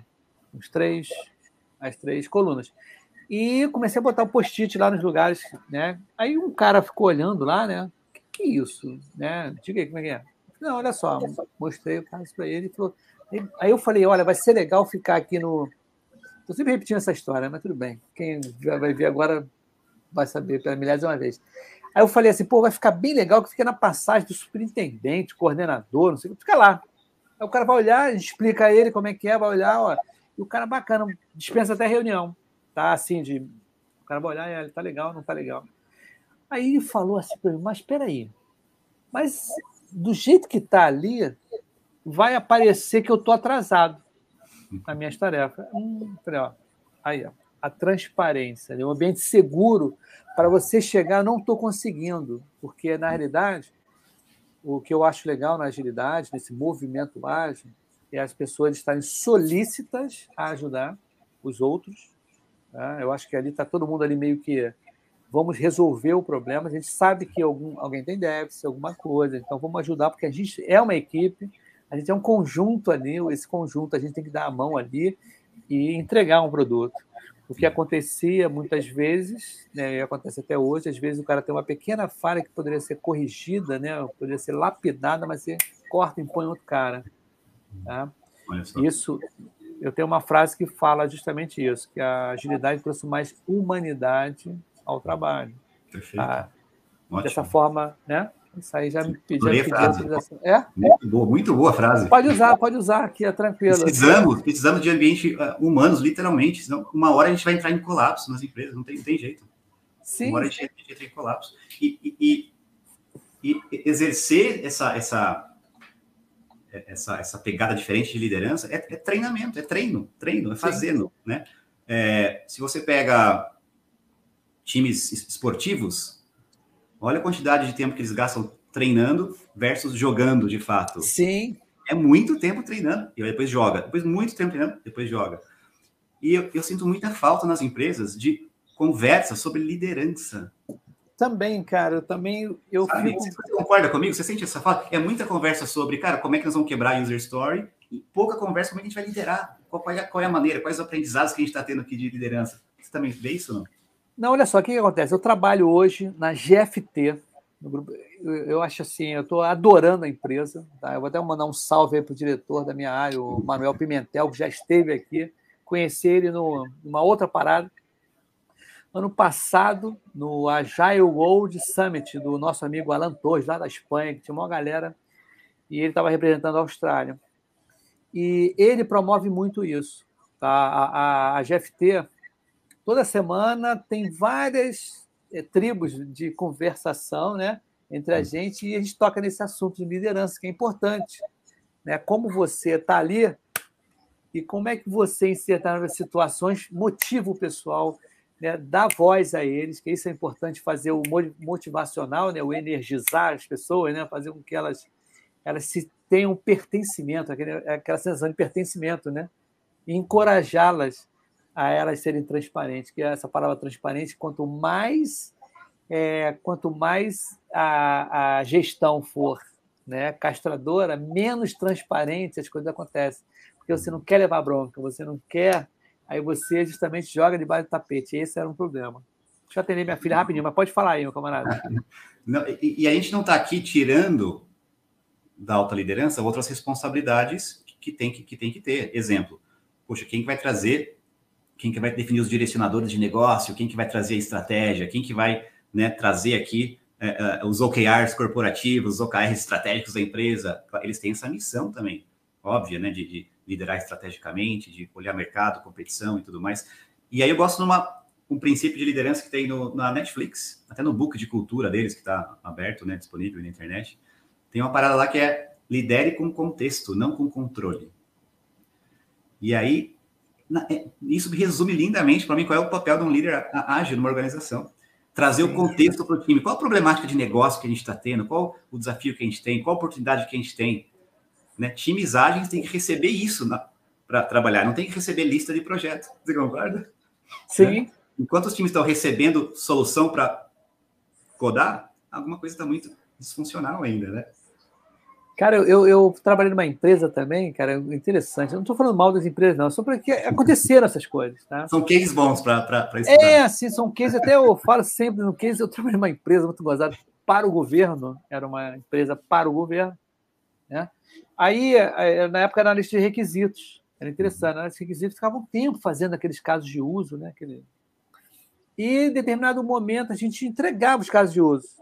as três colunas. E comecei a botar o post-it lá nos lugares, né? Aí um cara ficou olhando lá, né? O que é isso? Né? Diga aí como é que é. Não, olha só, mostrei o caso para ele e falou. Aí eu falei, olha, vai ser legal ficar aqui no. Estou sempre repetindo essa história, mas tudo bem. Quem vai ver agora vai saber pela milésima vez. Aí eu falei assim, pô, vai ficar bem legal que fica na passagem do superintendente, coordenador, não sei o que, fica lá. Aí o cara vai olhar, a gente explica a ele como é que é, vai olhar, ó, e o cara bacana, dispensa até reunião, tá? Assim, o cara vai olhar e ele tá legal, não tá legal. Aí ele falou assim para mim, mas espera aí, mas do jeito que tá ali, vai aparecer que eu tô atrasado nas minhas tarefas. Falei, ó, aí, ó, a transparência, um ambiente seguro para você chegar, não estou conseguindo, porque, na realidade, o que eu acho legal na agilidade, nesse movimento ágil, é as pessoas estarem solícitas a ajudar os outros. Tá? Eu acho que ali está todo mundo ali meio que vamos resolver o problema, a gente sabe que alguém tem déficit, alguma coisa, então vamos ajudar, porque a gente é uma equipe, a gente é um conjunto ali, esse conjunto a gente tem que dar a mão ali e entregar um produto. O que acontecia muitas vezes, né, e acontece até hoje, às vezes o cara tem uma pequena falha que poderia ser corrigida, né, poderia ser lapidada, mas você corta e põe outro cara. Tá? Isso, eu tenho uma frase que fala justamente isso, que a agilidade trouxe mais humanidade ao trabalho. Perfeito. Tá? Dessa forma, né? Isso aí já me pediu autorização. Muito boa a frase. Pode usar aqui, é tranquilo. Precisamos de ambiente humanos, literalmente, senão uma hora a gente vai entrar em colapso nas empresas, não tem jeito. Sim. Uma hora a gente entra em colapso. E exercer essa pegada diferente de liderança é treinamento, é treino, é fazendo, né? Se você pega times esportivos, olha a quantidade de tempo que eles gastam treinando versus jogando, de fato. Sim. É muito tempo treinando, e depois joga. Depois muito tempo treinando, depois joga. E eu sinto muita falta nas empresas de conversa sobre liderança. Também, cara, eu fico... Você concorda comigo? Você sente essa falta? É muita conversa sobre, cara, como é que nós vamos quebrar a user story e pouca conversa como é que a gente vai liderar. Qual é a maneira, quais os aprendizados que a gente está tendo aqui de liderança. Você também vê isso ou não? Não, olha só, o que acontece? Eu trabalho hoje na GFT, no grupo. Eu acho assim, eu estou adorando a empresa. Tá? Eu vou até mandar um salve aí para o diretor da minha área, o Manuel Pimentel, que já esteve aqui. Conheci ele numa outra parada. Ano passado, no Agile World Summit, do nosso amigo Alan Torres, lá da Espanha, que tinha uma galera, e ele estava representando a Austrália. E ele promove muito isso. Tá? A GFT, toda semana, tem várias tribos de conversação, né, entre a gente, e a gente toca nesse assunto de liderança, que é importante. Né? Como você está ali e como é que você, em certas situações, motiva o pessoal, né, dá voz a eles, que isso é importante, fazer o motivacional, né, o energizar as pessoas, né, fazer com que elas se tenham pertencimento, aquela sensação de pertencimento, né? E encorajá-las a elas serem transparentes, que essa palavra transparente, quanto mais a gestão for, né, castradora, menos transparente as coisas acontecem. Porque você não quer levar bronca, você não quer, aí você justamente joga debaixo do tapete. Esse era um problema. Deixa eu atender minha filha rapidinho, mas pode falar aí, meu camarada. Não, e a gente não está aqui tirando da alta liderança outras responsabilidades que tem que ter. Exemplo, poxa, quem que vai trazer, quem que vai definir os direcionadores de negócio, quem que vai trazer a estratégia, quem que vai, né, trazer aqui os OKRs corporativos, os OKRs estratégicos da empresa. Eles têm essa missão também, óbvia, né, de liderar estrategicamente, de olhar mercado, competição e tudo mais. E aí eu gosto um princípio de liderança que tem na Netflix, até no book de cultura deles, que está aberto, né, disponível na internet. Tem uma parada lá que é lidere com contexto, não com controle. E aí, isso resume lindamente para mim qual é o papel de um líder ágil numa organização. Trazer o contexto para o time. Qual a problemática de negócio que a gente está tendo? Qual o desafio que a gente tem? Qual a oportunidade que a gente tem? Né? Times ágeis têm que receber isso para trabalhar, não tem que receber lista de projetos. Você concorda? Sim. Né? Enquanto os times estão recebendo solução para codar, alguma coisa está muito disfuncional ainda, né? Cara, eu trabalhei numa empresa também, cara, interessante. Eu não estou falando mal das empresas, não, só porque aconteceram essas coisas, tá? São cases bons para estudar. Assim, são cases, até eu falo sempre no case, eu trabalhei numa empresa muito gozada para o governo, era uma empresa para o governo, né? Aí, na época, era na lista de requisitos, era interessante, na lista de requisitos ficava um tempo fazendo aqueles casos de uso, né? E, em determinado momento, a gente entregava os casos de uso.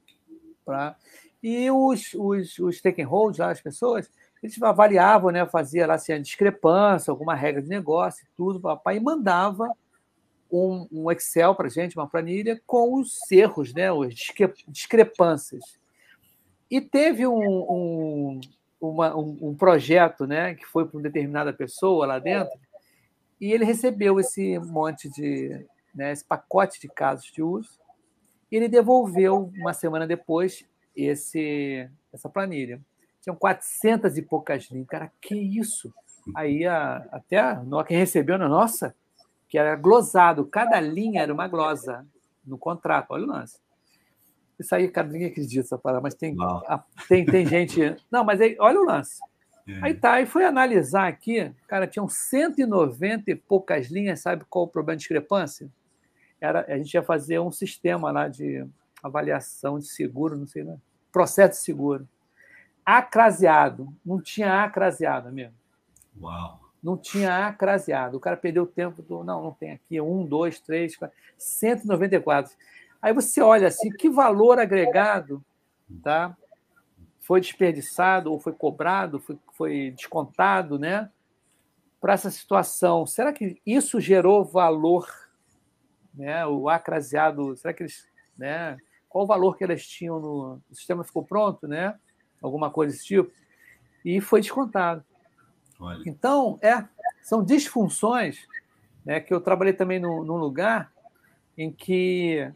E os stakeholders, as pessoas, eles avaliavam, né? Fazia lá se a discrepância, alguma regra de negócio, tudo, papai, e mandava um Excel para a gente, uma planilha, com os erros, né? As discrepâncias. E teve um projeto, né? Que foi para uma determinada pessoa lá dentro, e ele recebeu esse monte de, né, esse pacote de casos de uso, e ele devolveu, uma semana depois, essa planilha. Tinham 400 e poucas linhas. Cara, que isso? Aí quem recebeu, nossa, que era glosado. Cada linha era uma glosa no contrato. Olha o lance. Isso aí, cara, ninguém acredita nessa parada, mas tem gente... Não, mas aí, olha o lance. Aí foi analisar aqui, cara, tinham 190 e poucas linhas, sabe qual o problema de discrepância? A gente ia fazer um sistema lá de avaliação de seguro, não sei, né? Processo de seguro. Acraseado. Não tinha acraseado mesmo. Uau. Não tinha acraseado. O cara perdeu o tempo não tem aqui. 1, 2, 3, 4, 194. Aí você olha assim, que valor agregado, tá? Foi desperdiçado, ou foi cobrado, foi descontado, né? Para essa situação. Será que isso gerou valor, né? O acraseado, será que eles, né? Qual o valor que elas tinham o sistema ficou pronto, né? Alguma coisa desse tipo, e foi descontado. Olha. Então, são disfunções, né? Que eu trabalhei também num lugar em que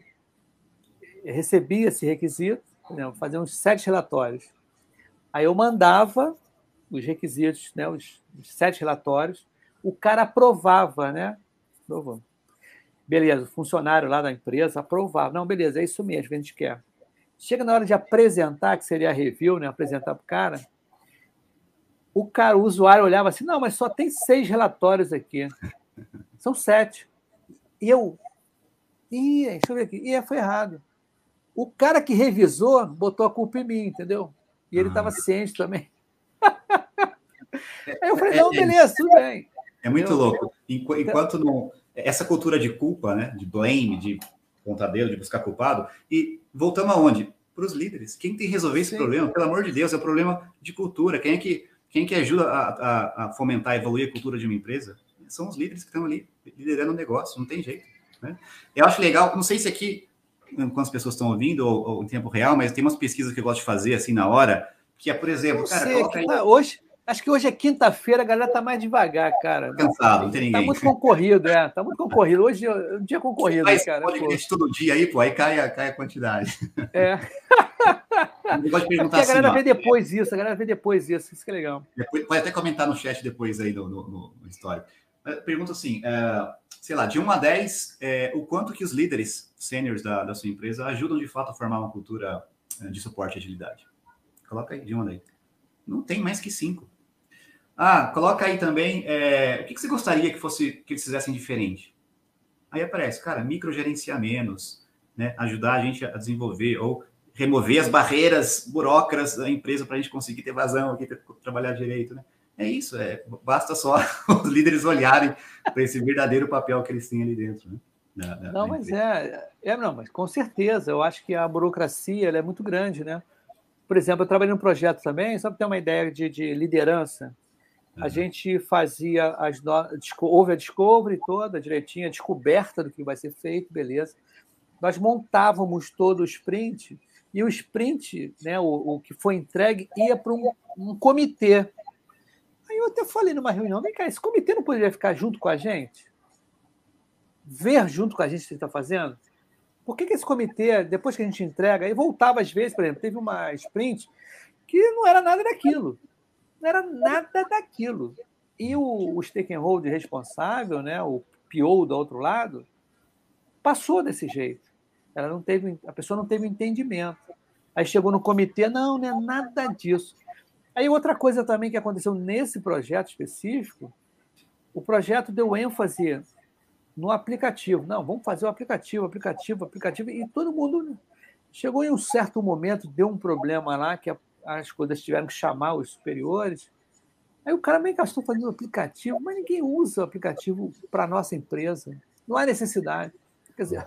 recebia esse requisito, né? Fazia uns 7 relatórios. Aí eu mandava os requisitos, né? Os 7 relatórios, o cara aprovava, né? Aprovou. Beleza, o funcionário lá da empresa aprovava. Não, beleza, é isso mesmo que a gente quer. Chega na hora de apresentar, que seria a review, né? Apresentar para o cara, o usuário olhava assim, não, mas só tem 6 relatórios aqui. São 7. E deixa eu ver aqui. Foi errado. O cara que revisou botou a culpa em mim, entendeu? E ele estava ciente também. Aí eu falei, não, beleza, tudo bem. É muito louco. Enquanto não... Essa cultura de culpa, né? De blame, de pontadeiro, de buscar culpado. E voltamos aonde? Para os líderes. Quem tem que resolver esse problema? Pelo amor de Deus, é um problema de cultura. Quem é que ajuda a fomentar, a evoluir a cultura de uma empresa? São os líderes que estão ali liderando o negócio, não tem jeito. Né? Eu acho legal, não sei se aqui, quantas pessoas estão ouvindo ou em tempo real, mas tem umas pesquisas que eu gosto de fazer assim na hora, que é, por exemplo, cara, coloca aí... Acho que hoje é quinta-feira, a galera tá mais devagar, cara. Cansado, não tem ninguém. Tá muito concorrido, Tá muito concorrido. Hoje é um dia concorrido, mas cara. Podcast todo dia aí, pô, aí cai a quantidade. Eu gosto de perguntar a galera assim, vê depois isso, isso que é legal. Depois, pode até comentar no chat depois aí no histórico. Pergunta assim, sei lá, de 1 a 10, o quanto que os líderes sêniores da sua empresa ajudam de fato a formar uma cultura de suporte e agilidade? Coloca aí, de 1 a 10. Não tem mais que 5. Coloca aí também, o que você gostaria que eles fizessem diferente? Aí aparece, cara, microgerenciar menos, né? Ajudar a gente a desenvolver ou remover as barreiras burocratas da empresa para a gente conseguir ter vazão aqui, trabalhar direito, né? É isso, basta só os líderes olharem para esse verdadeiro papel que eles têm ali dentro, né? Não, mas não, mas com certeza, eu acho que a burocracia ela é muito grande, né? Por exemplo, eu trabalhei num projeto também, só para ter uma ideia de liderança. A gente fazia houve a discovery toda direitinho, a descoberta do que vai ser feito, beleza. Nós montávamos todo o sprint e o sprint, né, o que foi entregue, ia para um comitê. Aí eu até falei numa reunião, vem cá, esse comitê não poderia ficar junto com a gente? Ver junto com a gente o que está fazendo? Por que esse comitê, depois que a gente entrega, aí voltava às vezes, por exemplo, teve uma sprint que não era nada daquilo. Não era nada daquilo. E o stakeholder responsável, né, o PO do outro lado, passou desse jeito. A pessoa não teve entendimento. Aí chegou no comitê, não é nada disso. Aí outra coisa também que aconteceu nesse projeto específico, o projeto deu ênfase no aplicativo. Não, vamos fazer o aplicativo, e todo mundo chegou em um certo momento, deu um problema lá, que as coisas tiveram que chamar os superiores. Aí o cara meio que estou fazendo aplicativo, mas ninguém usa o aplicativo para a nossa empresa. Não há necessidade. Quer dizer,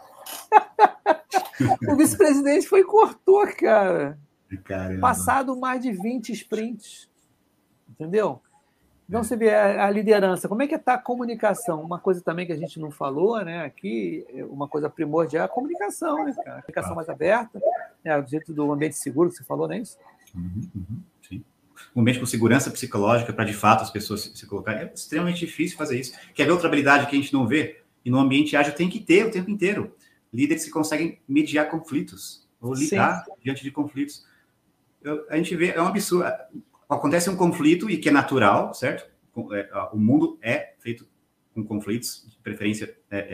o vice-presidente foi e cortou, cara. Caramba. Passado mais de 20 sprints. Entendeu? Então, você vê a liderança. Como é que está a comunicação? Uma coisa também que a gente não falou, né? Aqui, uma coisa primordial é a comunicação, né, cara? A comunicação mais aberta, né? Do jeito do ambiente seguro que você falou, não é isso? Sim. Um ambiente com segurança psicológica para, de fato, as pessoas se colocarem. É extremamente difícil fazer isso. Quer ver outra habilidade que a gente não vê? E no ambiente ágil tem que ter o tempo inteiro. Líderes que conseguem mediar conflitos ou lidar diante de conflitos. A gente vê, é um absurdo. Acontece um conflito e que é natural, certo? O mundo é feito com conflitos, de preferência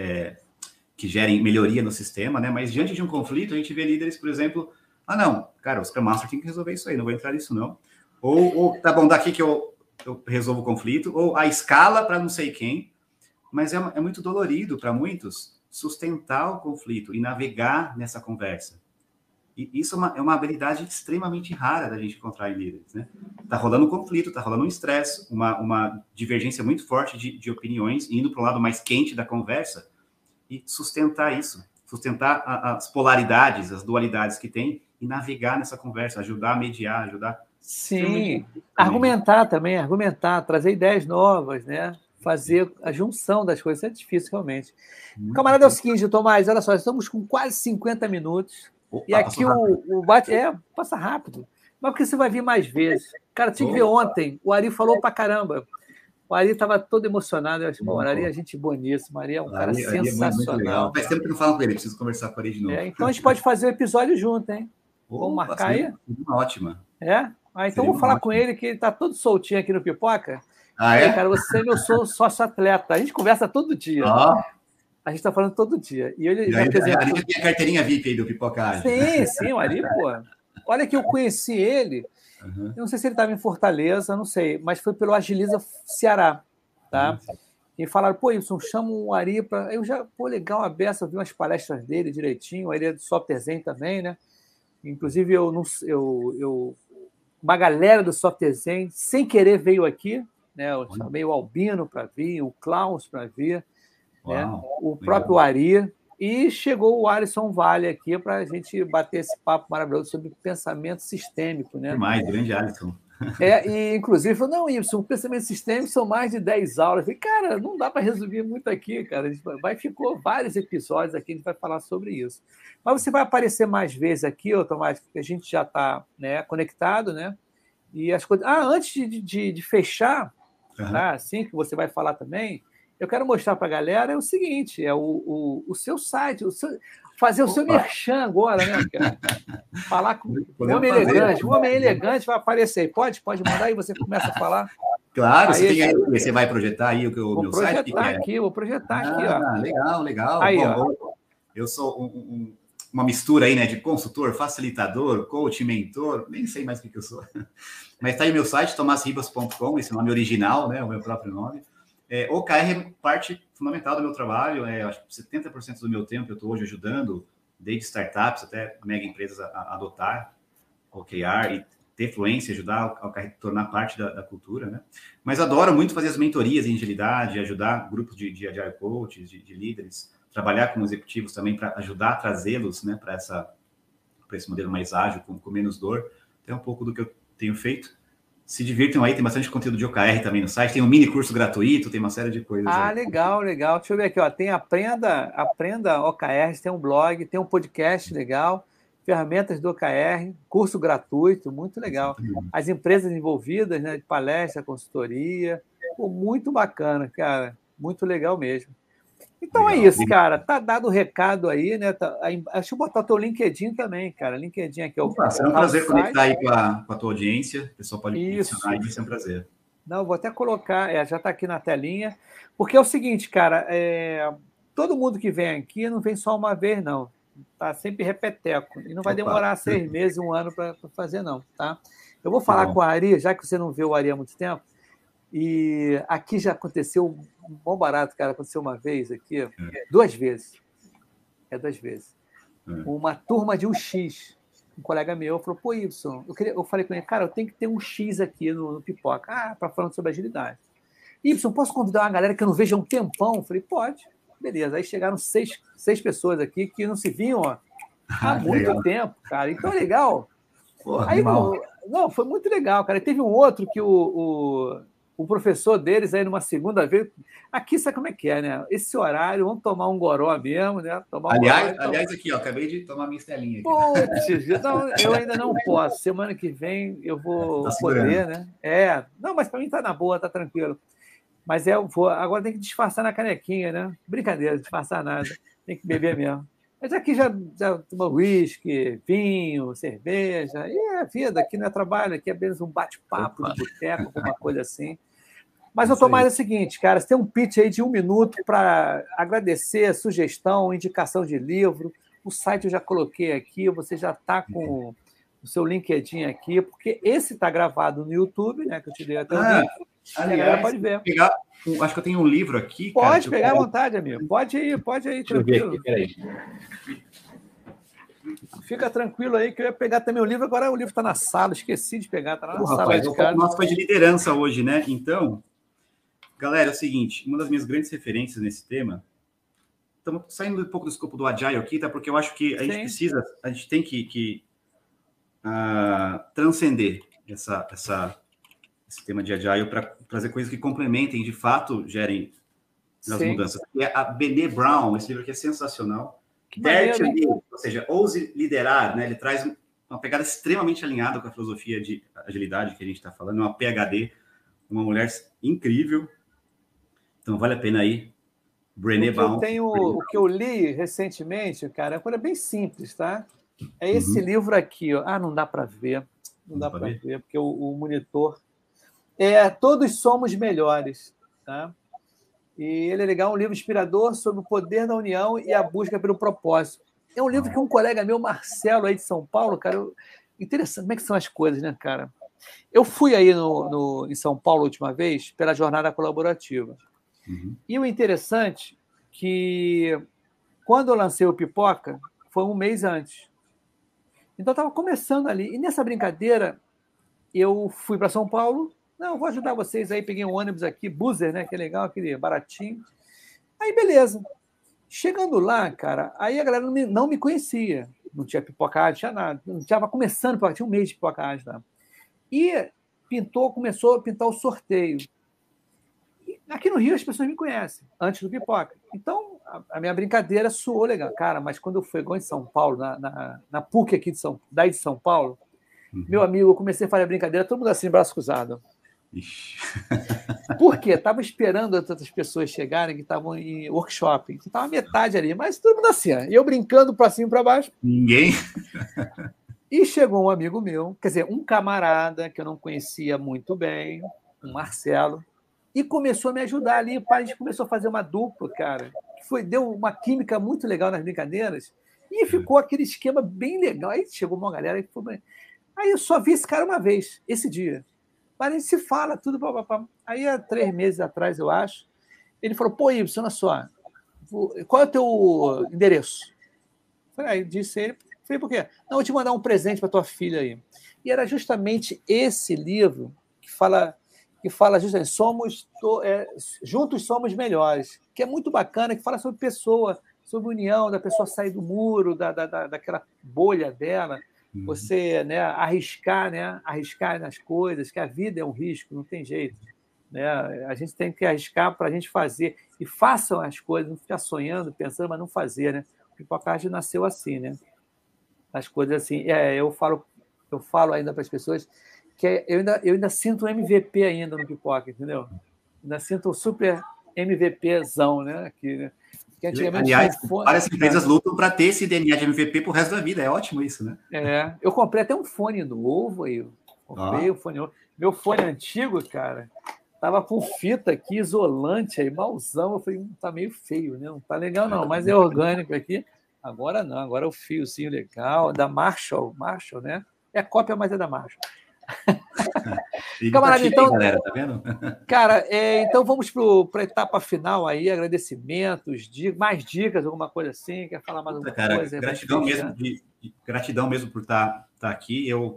que gerem melhoria no sistema, né? Mas diante de um conflito, a gente vê líderes, por exemplo, não, cara, o Scrum Master tem que resolver isso aí, não vou entrar nisso, não. Ou tá bom, daqui que eu resolvo o conflito, ou a escala para não sei quem. Mas é muito dolorido para muitos sustentar o conflito e navegar nessa conversa. E isso é uma habilidade extremamente rara da gente encontrar em líderes, né? Tá rolando um conflito, tá rolando um estresse, uma divergência muito forte de opiniões, indo para o lado mais quente da conversa, e sustentar isso, sustentar as polaridades, as dualidades que tem, e navegar nessa conversa, ajudar a mediar, ajudar... Sim, argumentar, trazer ideias novas, né? Fazer a junção das coisas, é difícil realmente. Camarada, é o seguinte, Tomás, olha só, estamos com quase 50 minutos. Opa, e aqui o bate... passa rápido. Mas porque você vai vir mais vezes. Cara, tinha que ver ontem. O Ari falou pra caramba. O Ari estava todo emocionado. Eu achei, o Ari é gente boníssima. O Ari é um cara sensacional. Muito legal. Faz tempo que não falo com ele, preciso conversar com ele de novo. Então a gente pode fazer o episódio junto, hein? Vamos marcar aí? Ótima. Então vou falar com ele, que ele está todo soltinho aqui no Pipoca. Cara, você é meu sócio atleta. A gente conversa todo dia. A gente está falando todo dia. E ele já tem a carteirinha VIP aí do Pipocagem. Sim, o Ari, pô. Olha que eu conheci ele. Eu não sei se ele estava em Fortaleza, não sei, mas foi pelo Agiliza Ceará, tá? E falaram, pô, Wilson, chama o Ari para... legal a beça, eu vi umas palestras dele direitinho, o Ari é do Software Zen também, né? Inclusive, uma galera do Software Zen, sem querer, veio aqui, né? Eu chamei o Albino para vir, o Klaus para vir, né? O próprio Ari, e chegou o Alisson Vale aqui para a gente bater esse papo maravilhoso sobre pensamento sistêmico, né? Demais, grande Alisson. E inclusive falou, não, Wilson, o pensamento sistêmico são mais de 10 aulas. Eu falei, cara, não dá para resumir muito aqui, cara. A gente ficou vários episódios aqui, a gente vai falar sobre isso. Mas você vai aparecer mais vezes aqui, Tomás, porque a gente já está, né, conectado, né? E as coisas. Antes de fechar, tá? Assim que você vai falar também, eu quero mostrar para a galera o seguinte: é o seu site. fazer o seu merchan agora, né, cara? Falar com um homem fazer. elegante. Um homem elegante vai aparecer. Pode mandar aí, você começa a falar. Claro, aí, você vai projetar aí o meu site? Vou projetar aqui, ó. Legal. Aí, bom, eu sou uma mistura aí, né, de consultor, facilitador, coach, mentor, nem sei mais o que eu sou. Mas tá aí meu site, tomasribas.com, esse nome original, né, o meu próprio nome. OKR é parte fundamental do meu trabalho, acho que 70% do meu tempo eu estou hoje ajudando, desde startups até mega empresas a adotar OKR e ter fluência, ajudar a OKR tornar parte da cultura, né? Mas adoro muito fazer as mentorias em agilidade, ajudar grupos de Agile Coaches, de líderes, trabalhar com executivos também para ajudar a trazê-los, né, para esse modelo mais ágil, com menos dor. Então, é um pouco do que eu tenho feito. Se divirtam aí, tem bastante conteúdo de OKR também no site, tem um mini curso gratuito, tem uma série de coisas aí. Legal. Deixa eu ver aqui, ó. Tem Aprenda OKR, tem um blog, tem um podcast legal, ferramentas do OKR, curso gratuito, muito legal. As empresas envolvidas, né, de palestra, consultoria, muito bacana, cara, muito legal mesmo. Então legal. É isso, cara. Tá dado o recado aí, né? Deixa eu botar o teu LinkedIn também, cara. LinkedIn aqui. Será um prazer conectar aí com a tua audiência. O pessoal pode mencionar aí, vai ser um prazer. Não, vou até colocar, já está aqui na telinha. Porque é o seguinte, cara, todo mundo que vem aqui não vem só uma vez, não. Tá sempre repeteco. E não vai demorar 6 meses, 1 ano para fazer, não, tá? Eu vou falar com a Ari, já que você não vê o Ari há muito tempo. E aqui já aconteceu um bom barato, cara. Aconteceu uma vez aqui, 2 vezes. 2 vezes. Uma turma de UX, um colega meu falou, pô, Y, eu falei com ele, cara, eu tenho que ter um X aqui no Pipoca. para falando sobre agilidade. Y, posso convidar uma galera que eu não vejo há um tempão? Eu falei, pode. Beleza. Aí chegaram 6 pessoas aqui que não se viam há muito tempo, cara. Então é legal. Porra, aí, não, foi muito legal, cara. E teve um outro que o professor deles aí numa segunda vez. Aqui, sabe como é que é, né? Esse horário, vamos tomar um goró mesmo, né? Aliás, aqui, ó, acabei de tomar minha estelinha aqui. Putz, não, eu ainda não posso. Semana que vem eu vou poder, né? Não, mas para mim tá na boa, tá tranquilo. Mas agora tem que disfarçar na canequinha, né? Brincadeira, disfarçar nada. Tem que beber mesmo. Mas aqui já tomou uísque, vinho, cerveja. E é a vida, aqui não é trabalho, aqui é apenas um bate-papo de boteco, alguma coisa assim. Mas eu tô mais o seguinte, cara, você tem um pitch aí de 1 minuto para agradecer, sugestão, indicação de livro. O site eu já coloquei aqui, você já está com o seu LinkedIn aqui, porque esse está gravado no YouTube, né? Que eu te dei até o link. Aliás, a galera pode ver. Acho que eu tenho um livro aqui. Pode pegar à vontade, amigo. Pode ir, tranquilo. Deixa eu ver aqui, peraí. Fica tranquilo aí, que eu ia pegar também o livro. Agora o livro está na sala, esqueci de pegar, está na sala de casa. O nosso foi de liderança hoje, né? Então, galera, é o seguinte, uma das minhas grandes referências nesse tema, estamos saindo um pouco do escopo do Agile aqui, tá? Porque eu acho que a gente tem que transcender esse tema de Agile para trazer coisas que complementem, de fato, gerem as mudanças. E a Brené Brown, esse livro aqui é sensacional. Dare to Lead, ou seja, ouse liderar, né? Ele traz uma pegada extremamente alinhada com a filosofia de agilidade que a gente está falando, uma PhD, uma mulher incrível. Então, vale a pena aí. Brené Brown. O que eu li recentemente, cara, é uma coisa bem simples, tá? É esse livro aqui, ó. Não dá para ver. Não dá para ver, porque o monitor... Todos somos melhores, tá? E ele é legal, um livro inspirador sobre o poder da união e a busca pelo propósito. É um livro que um colega meu, Marcelo, aí de São Paulo, cara, interessante, como é que são as coisas, né, cara? Eu fui aí em São Paulo a última vez pela jornada colaborativa. E o interessante que quando eu lancei o Pipoca, foi 1 mês antes. Então eu estava começando ali. E nessa brincadeira, eu fui para São Paulo. Não, vou ajudar vocês aí, peguei um ônibus aqui, Buser, né? Que é legal, aquele baratinho. Aí, beleza. Chegando lá, cara, aí a galera não me conhecia. Não tinha Pipoca, não tinha nada. Não estava começando, tinha 1 mês de Pipoca lá. E começou a pintar o sorteio. E aqui no Rio as pessoas me conhecem, antes do Pipoca. Então, a minha brincadeira soou legal. Cara, mas quando eu fui igual em São Paulo, na PUC aqui daí de São Paulo, meu amigo, eu comecei a fazer a brincadeira, todo mundo assim, braço cruzado. Por quê? Estava esperando outras pessoas chegarem que estavam em workshop. Estava metade ali, mas todo mundo assim, eu brincando para cima e para baixo. Ninguém. E chegou um amigo meu, quer dizer, um camarada que eu não conhecia muito bem, o Marcelo, e começou a me ajudar ali. A gente começou a fazer uma dupla, cara. Deu uma química muito legal nas brincadeiras e ficou aquele esquema bem legal. Aí chegou uma galera e foi. Aí eu só vi esse cara uma vez, esse dia. Mas a gente se fala, tudo. Papapá. Aí, há 3 meses atrás, eu acho, ele falou: pô, Ibsen, olha só, qual é o teu endereço? Aí disse ele. Falei, por quê? Não, eu vou te mandar um presente para tua filha aí. E era justamente esse livro que fala justamente juntos somos melhores, que é muito bacana, que fala sobre pessoa, sobre união, da pessoa sair do muro, daquela bolha dela, você, né, arriscar nas coisas, que a vida é um risco, não tem jeito. Né? A gente tem que arriscar para a gente fazer. E façam as coisas, não ficar sonhando, pensando, mas não fazer. Né? O Pipocast nasceu assim, né? As coisas assim. Eu falo ainda para as pessoas que eu ainda sinto um MVP ainda no Pipoca, entendeu? Ainda sinto um super MVPzão, né? Que antigamente aliás, várias empresas lutam para ter esse DNA de MVP pro resto da vida. É ótimo isso, né? Eu comprei até um fone novo aí. Comprei um fone novo. Meu fone antigo, cara, tava com fita aqui, isolante aí, malzão. Eu falei, tá meio feio, né? Não tá legal, não, mas é orgânico aqui. Agora não, agora é o fiozinho legal, da Marshall, né? É cópia, mas é da Marshall. Camarada, então, galera, tá vendo? Cara, então vamos para a etapa final aí, agradecimentos, mais dicas, alguma coisa assim, quer falar mais alguma coisa? Gratidão mesmo por estar aqui. Eu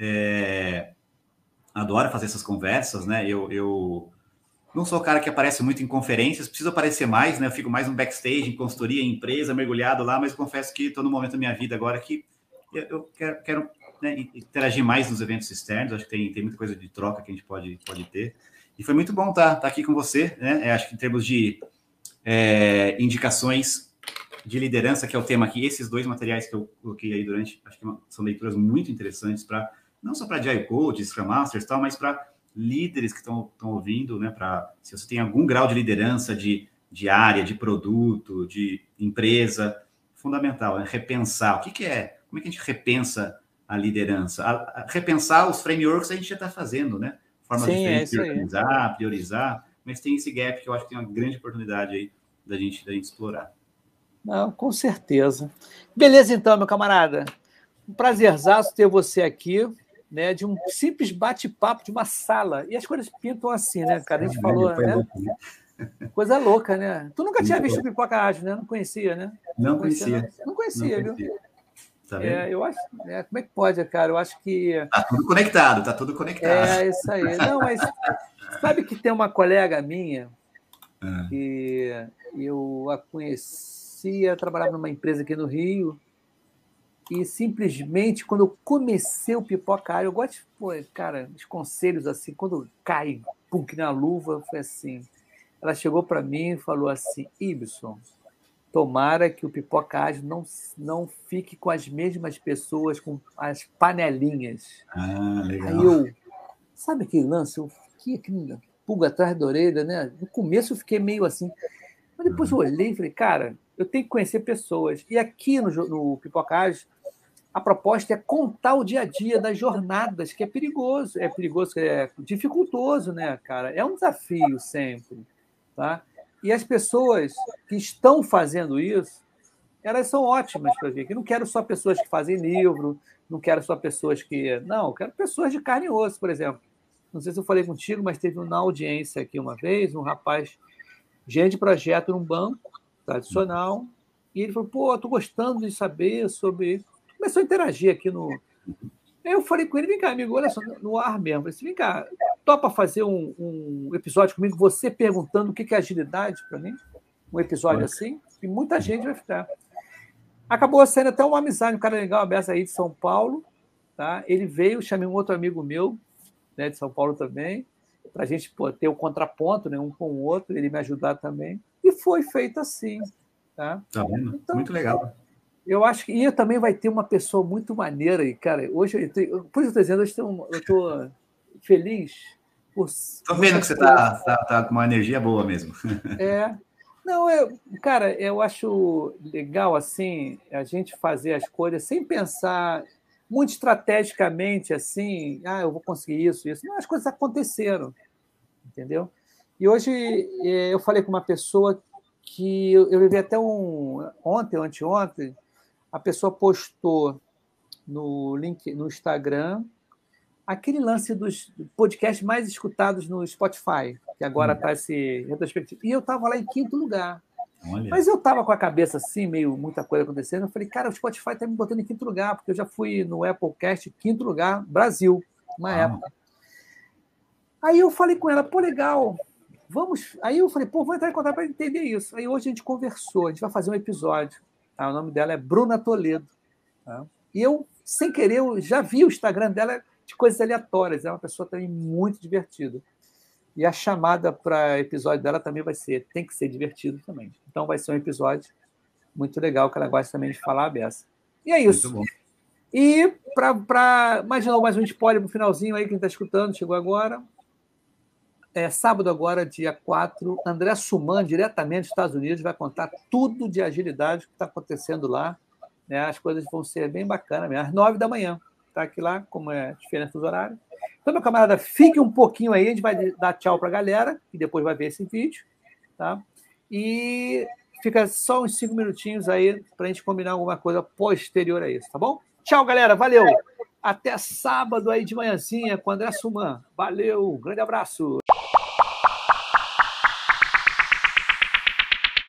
adoro fazer essas conversas, né? Eu não sou o cara que aparece muito em conferências, preciso aparecer mais, né? Eu fico mais no backstage, em consultoria, em empresa, mergulhado lá, mas confesso que estou no momento da minha vida agora que eu quero né, interagir mais nos eventos externos. Acho que tem muita coisa de troca que a gente pode ter. E foi muito bom estar aqui com você, né? Acho que em termos de indicações de liderança, que é o tema aqui, esses 2 materiais que eu coloquei aí durante, acho que são leituras muito interessantes para não só para Agile Coach, Scrum Masters e tal, mas para líderes que estão ouvindo, né? Se você tem algum grau de liderança de área, de produto, de empresa, fundamental, né? Repensar. Como é que a gente repensa a liderança? Repensar os frameworks a gente já está fazendo, né? Formas diferentes de organizar, priorizar, mas tem esse gap que eu acho que tem uma grande oportunidade aí da gente explorar. Não, com certeza. Beleza, então, meu camarada. Um prazerzaço ter você aqui, né? De um simples bate-papo de uma sala. E as coisas pintam assim, né, cara? A gente falou, né? Coisa louca, né? Tu nunca tinha visto o Pipoca Ágil, né? Não conhecia, né? Não conhecia. Não conhecia, viu? Tá vendo? Eu acho. Como é que pode, cara? Eu acho que. Tá tudo conectado. É isso aí. Não, mas sabe que tem uma colega minha que eu a conhecia, trabalhava numa empresa aqui no Rio, e simplesmente, quando eu comecei o Pipoca Ágil, eu gosto de, cara, os conselhos assim, quando cai, pum, que na luva, foi assim. Ela chegou para mim e falou assim: Ibsen, tomara que o Pipoca Ágil não fique com as mesmas pessoas, com as panelinhas. Legal. Aí sabe aquele lance? Eu fiquei aquele pulga atrás da orelha, né? No começo eu fiquei meio assim, mas depois eu olhei e falei, cara, eu tenho que conhecer pessoas. E aqui no Pipoca Ágil, a proposta é contar o dia a dia das jornadas, que é perigoso, é dificultoso, né, cara? É um desafio sempre, tá? E as pessoas que estão fazendo isso, elas são ótimas para ver. Eu não quero só pessoas que fazem livro, não quero só pessoas que... Não, eu quero pessoas de carne e osso, por exemplo. Não sei se eu falei contigo, mas teve na audiência aqui uma vez, um rapaz, gerente de projeto num banco tradicional, e ele falou, pô, estou gostando de saber sobre... Começou a interagir aqui no... Aí eu falei com ele, vem cá, amigo, olha só, no ar mesmo. Eu falei assim, vem cá, topa fazer um episódio comigo, você perguntando o que é agilidade para mim? Um episódio assim? E muita gente vai ficar. Acabou sendo até uma amizade, um cara legal, aberto aí de São Paulo. Tá? Ele veio, chamei um outro amigo meu, né, de São Paulo também, para a gente ter o contraponto, né, um com o outro, ele me ajudar também. E foi feito assim. Tá vendo? Então, muito legal. Eu acho que e também vai ter uma pessoa muito maneira. E, cara, hoje, por isso eu estou dizendo, eu estou feliz, Tô vendo que você tá com uma energia boa mesmo. Não, cara, eu acho legal assim a gente fazer as coisas sem pensar muito estrategicamente assim, eu vou conseguir isso, isso. Não, as coisas aconteceram, entendeu? E hoje eu falei com uma pessoa que eu vivi até ontem ou anteontem, a pessoa postou no Instagram aquele lance dos podcasts mais escutados no Spotify, que agora está esse retrospectivo. E eu estava lá em 5º lugar. Olha. Mas eu estava com a cabeça assim, meio muita coisa acontecendo. Eu falei, cara, o Spotify está me botando em 5º lugar, porque eu já fui no Applecast 5º lugar, Brasil, uma época. Aí eu falei com ela, pô, legal, vamos. Aí eu falei, pô, vou entrar em contato para entender isso. Aí hoje a gente conversou, a gente vai fazer um episódio. Tá? O nome dela é Bruna Toledo. Tá? E eu, sem querer, eu já vi o Instagram dela de coisas aleatórias. É uma pessoa também muito divertida. E a chamada para episódio dela também tem que ser divertido também. Então vai ser um episódio muito legal, que ela gosta também de falar a beça. E é isso. Muito bom. E para mais um spoiler no finalzinho aí, quem está escutando, chegou agora. Sábado agora, dia 4, André Suman, diretamente dos Estados Unidos, vai contar tudo de agilidade que está acontecendo lá. Né? As coisas vão ser bem bacanas mesmo. Às 9 da manhã. Está aqui lá, como é diferente dos horários. Então, meu camarada, fique um pouquinho aí, a gente vai dar tchau para a galera, que depois vai ver esse vídeo. Tá? E fica só uns 5 minutinhos aí para a gente combinar alguma coisa posterior a isso, tá bom? Tchau, galera, valeu! Até sábado aí de manhãzinha com André Suman. Valeu, grande abraço!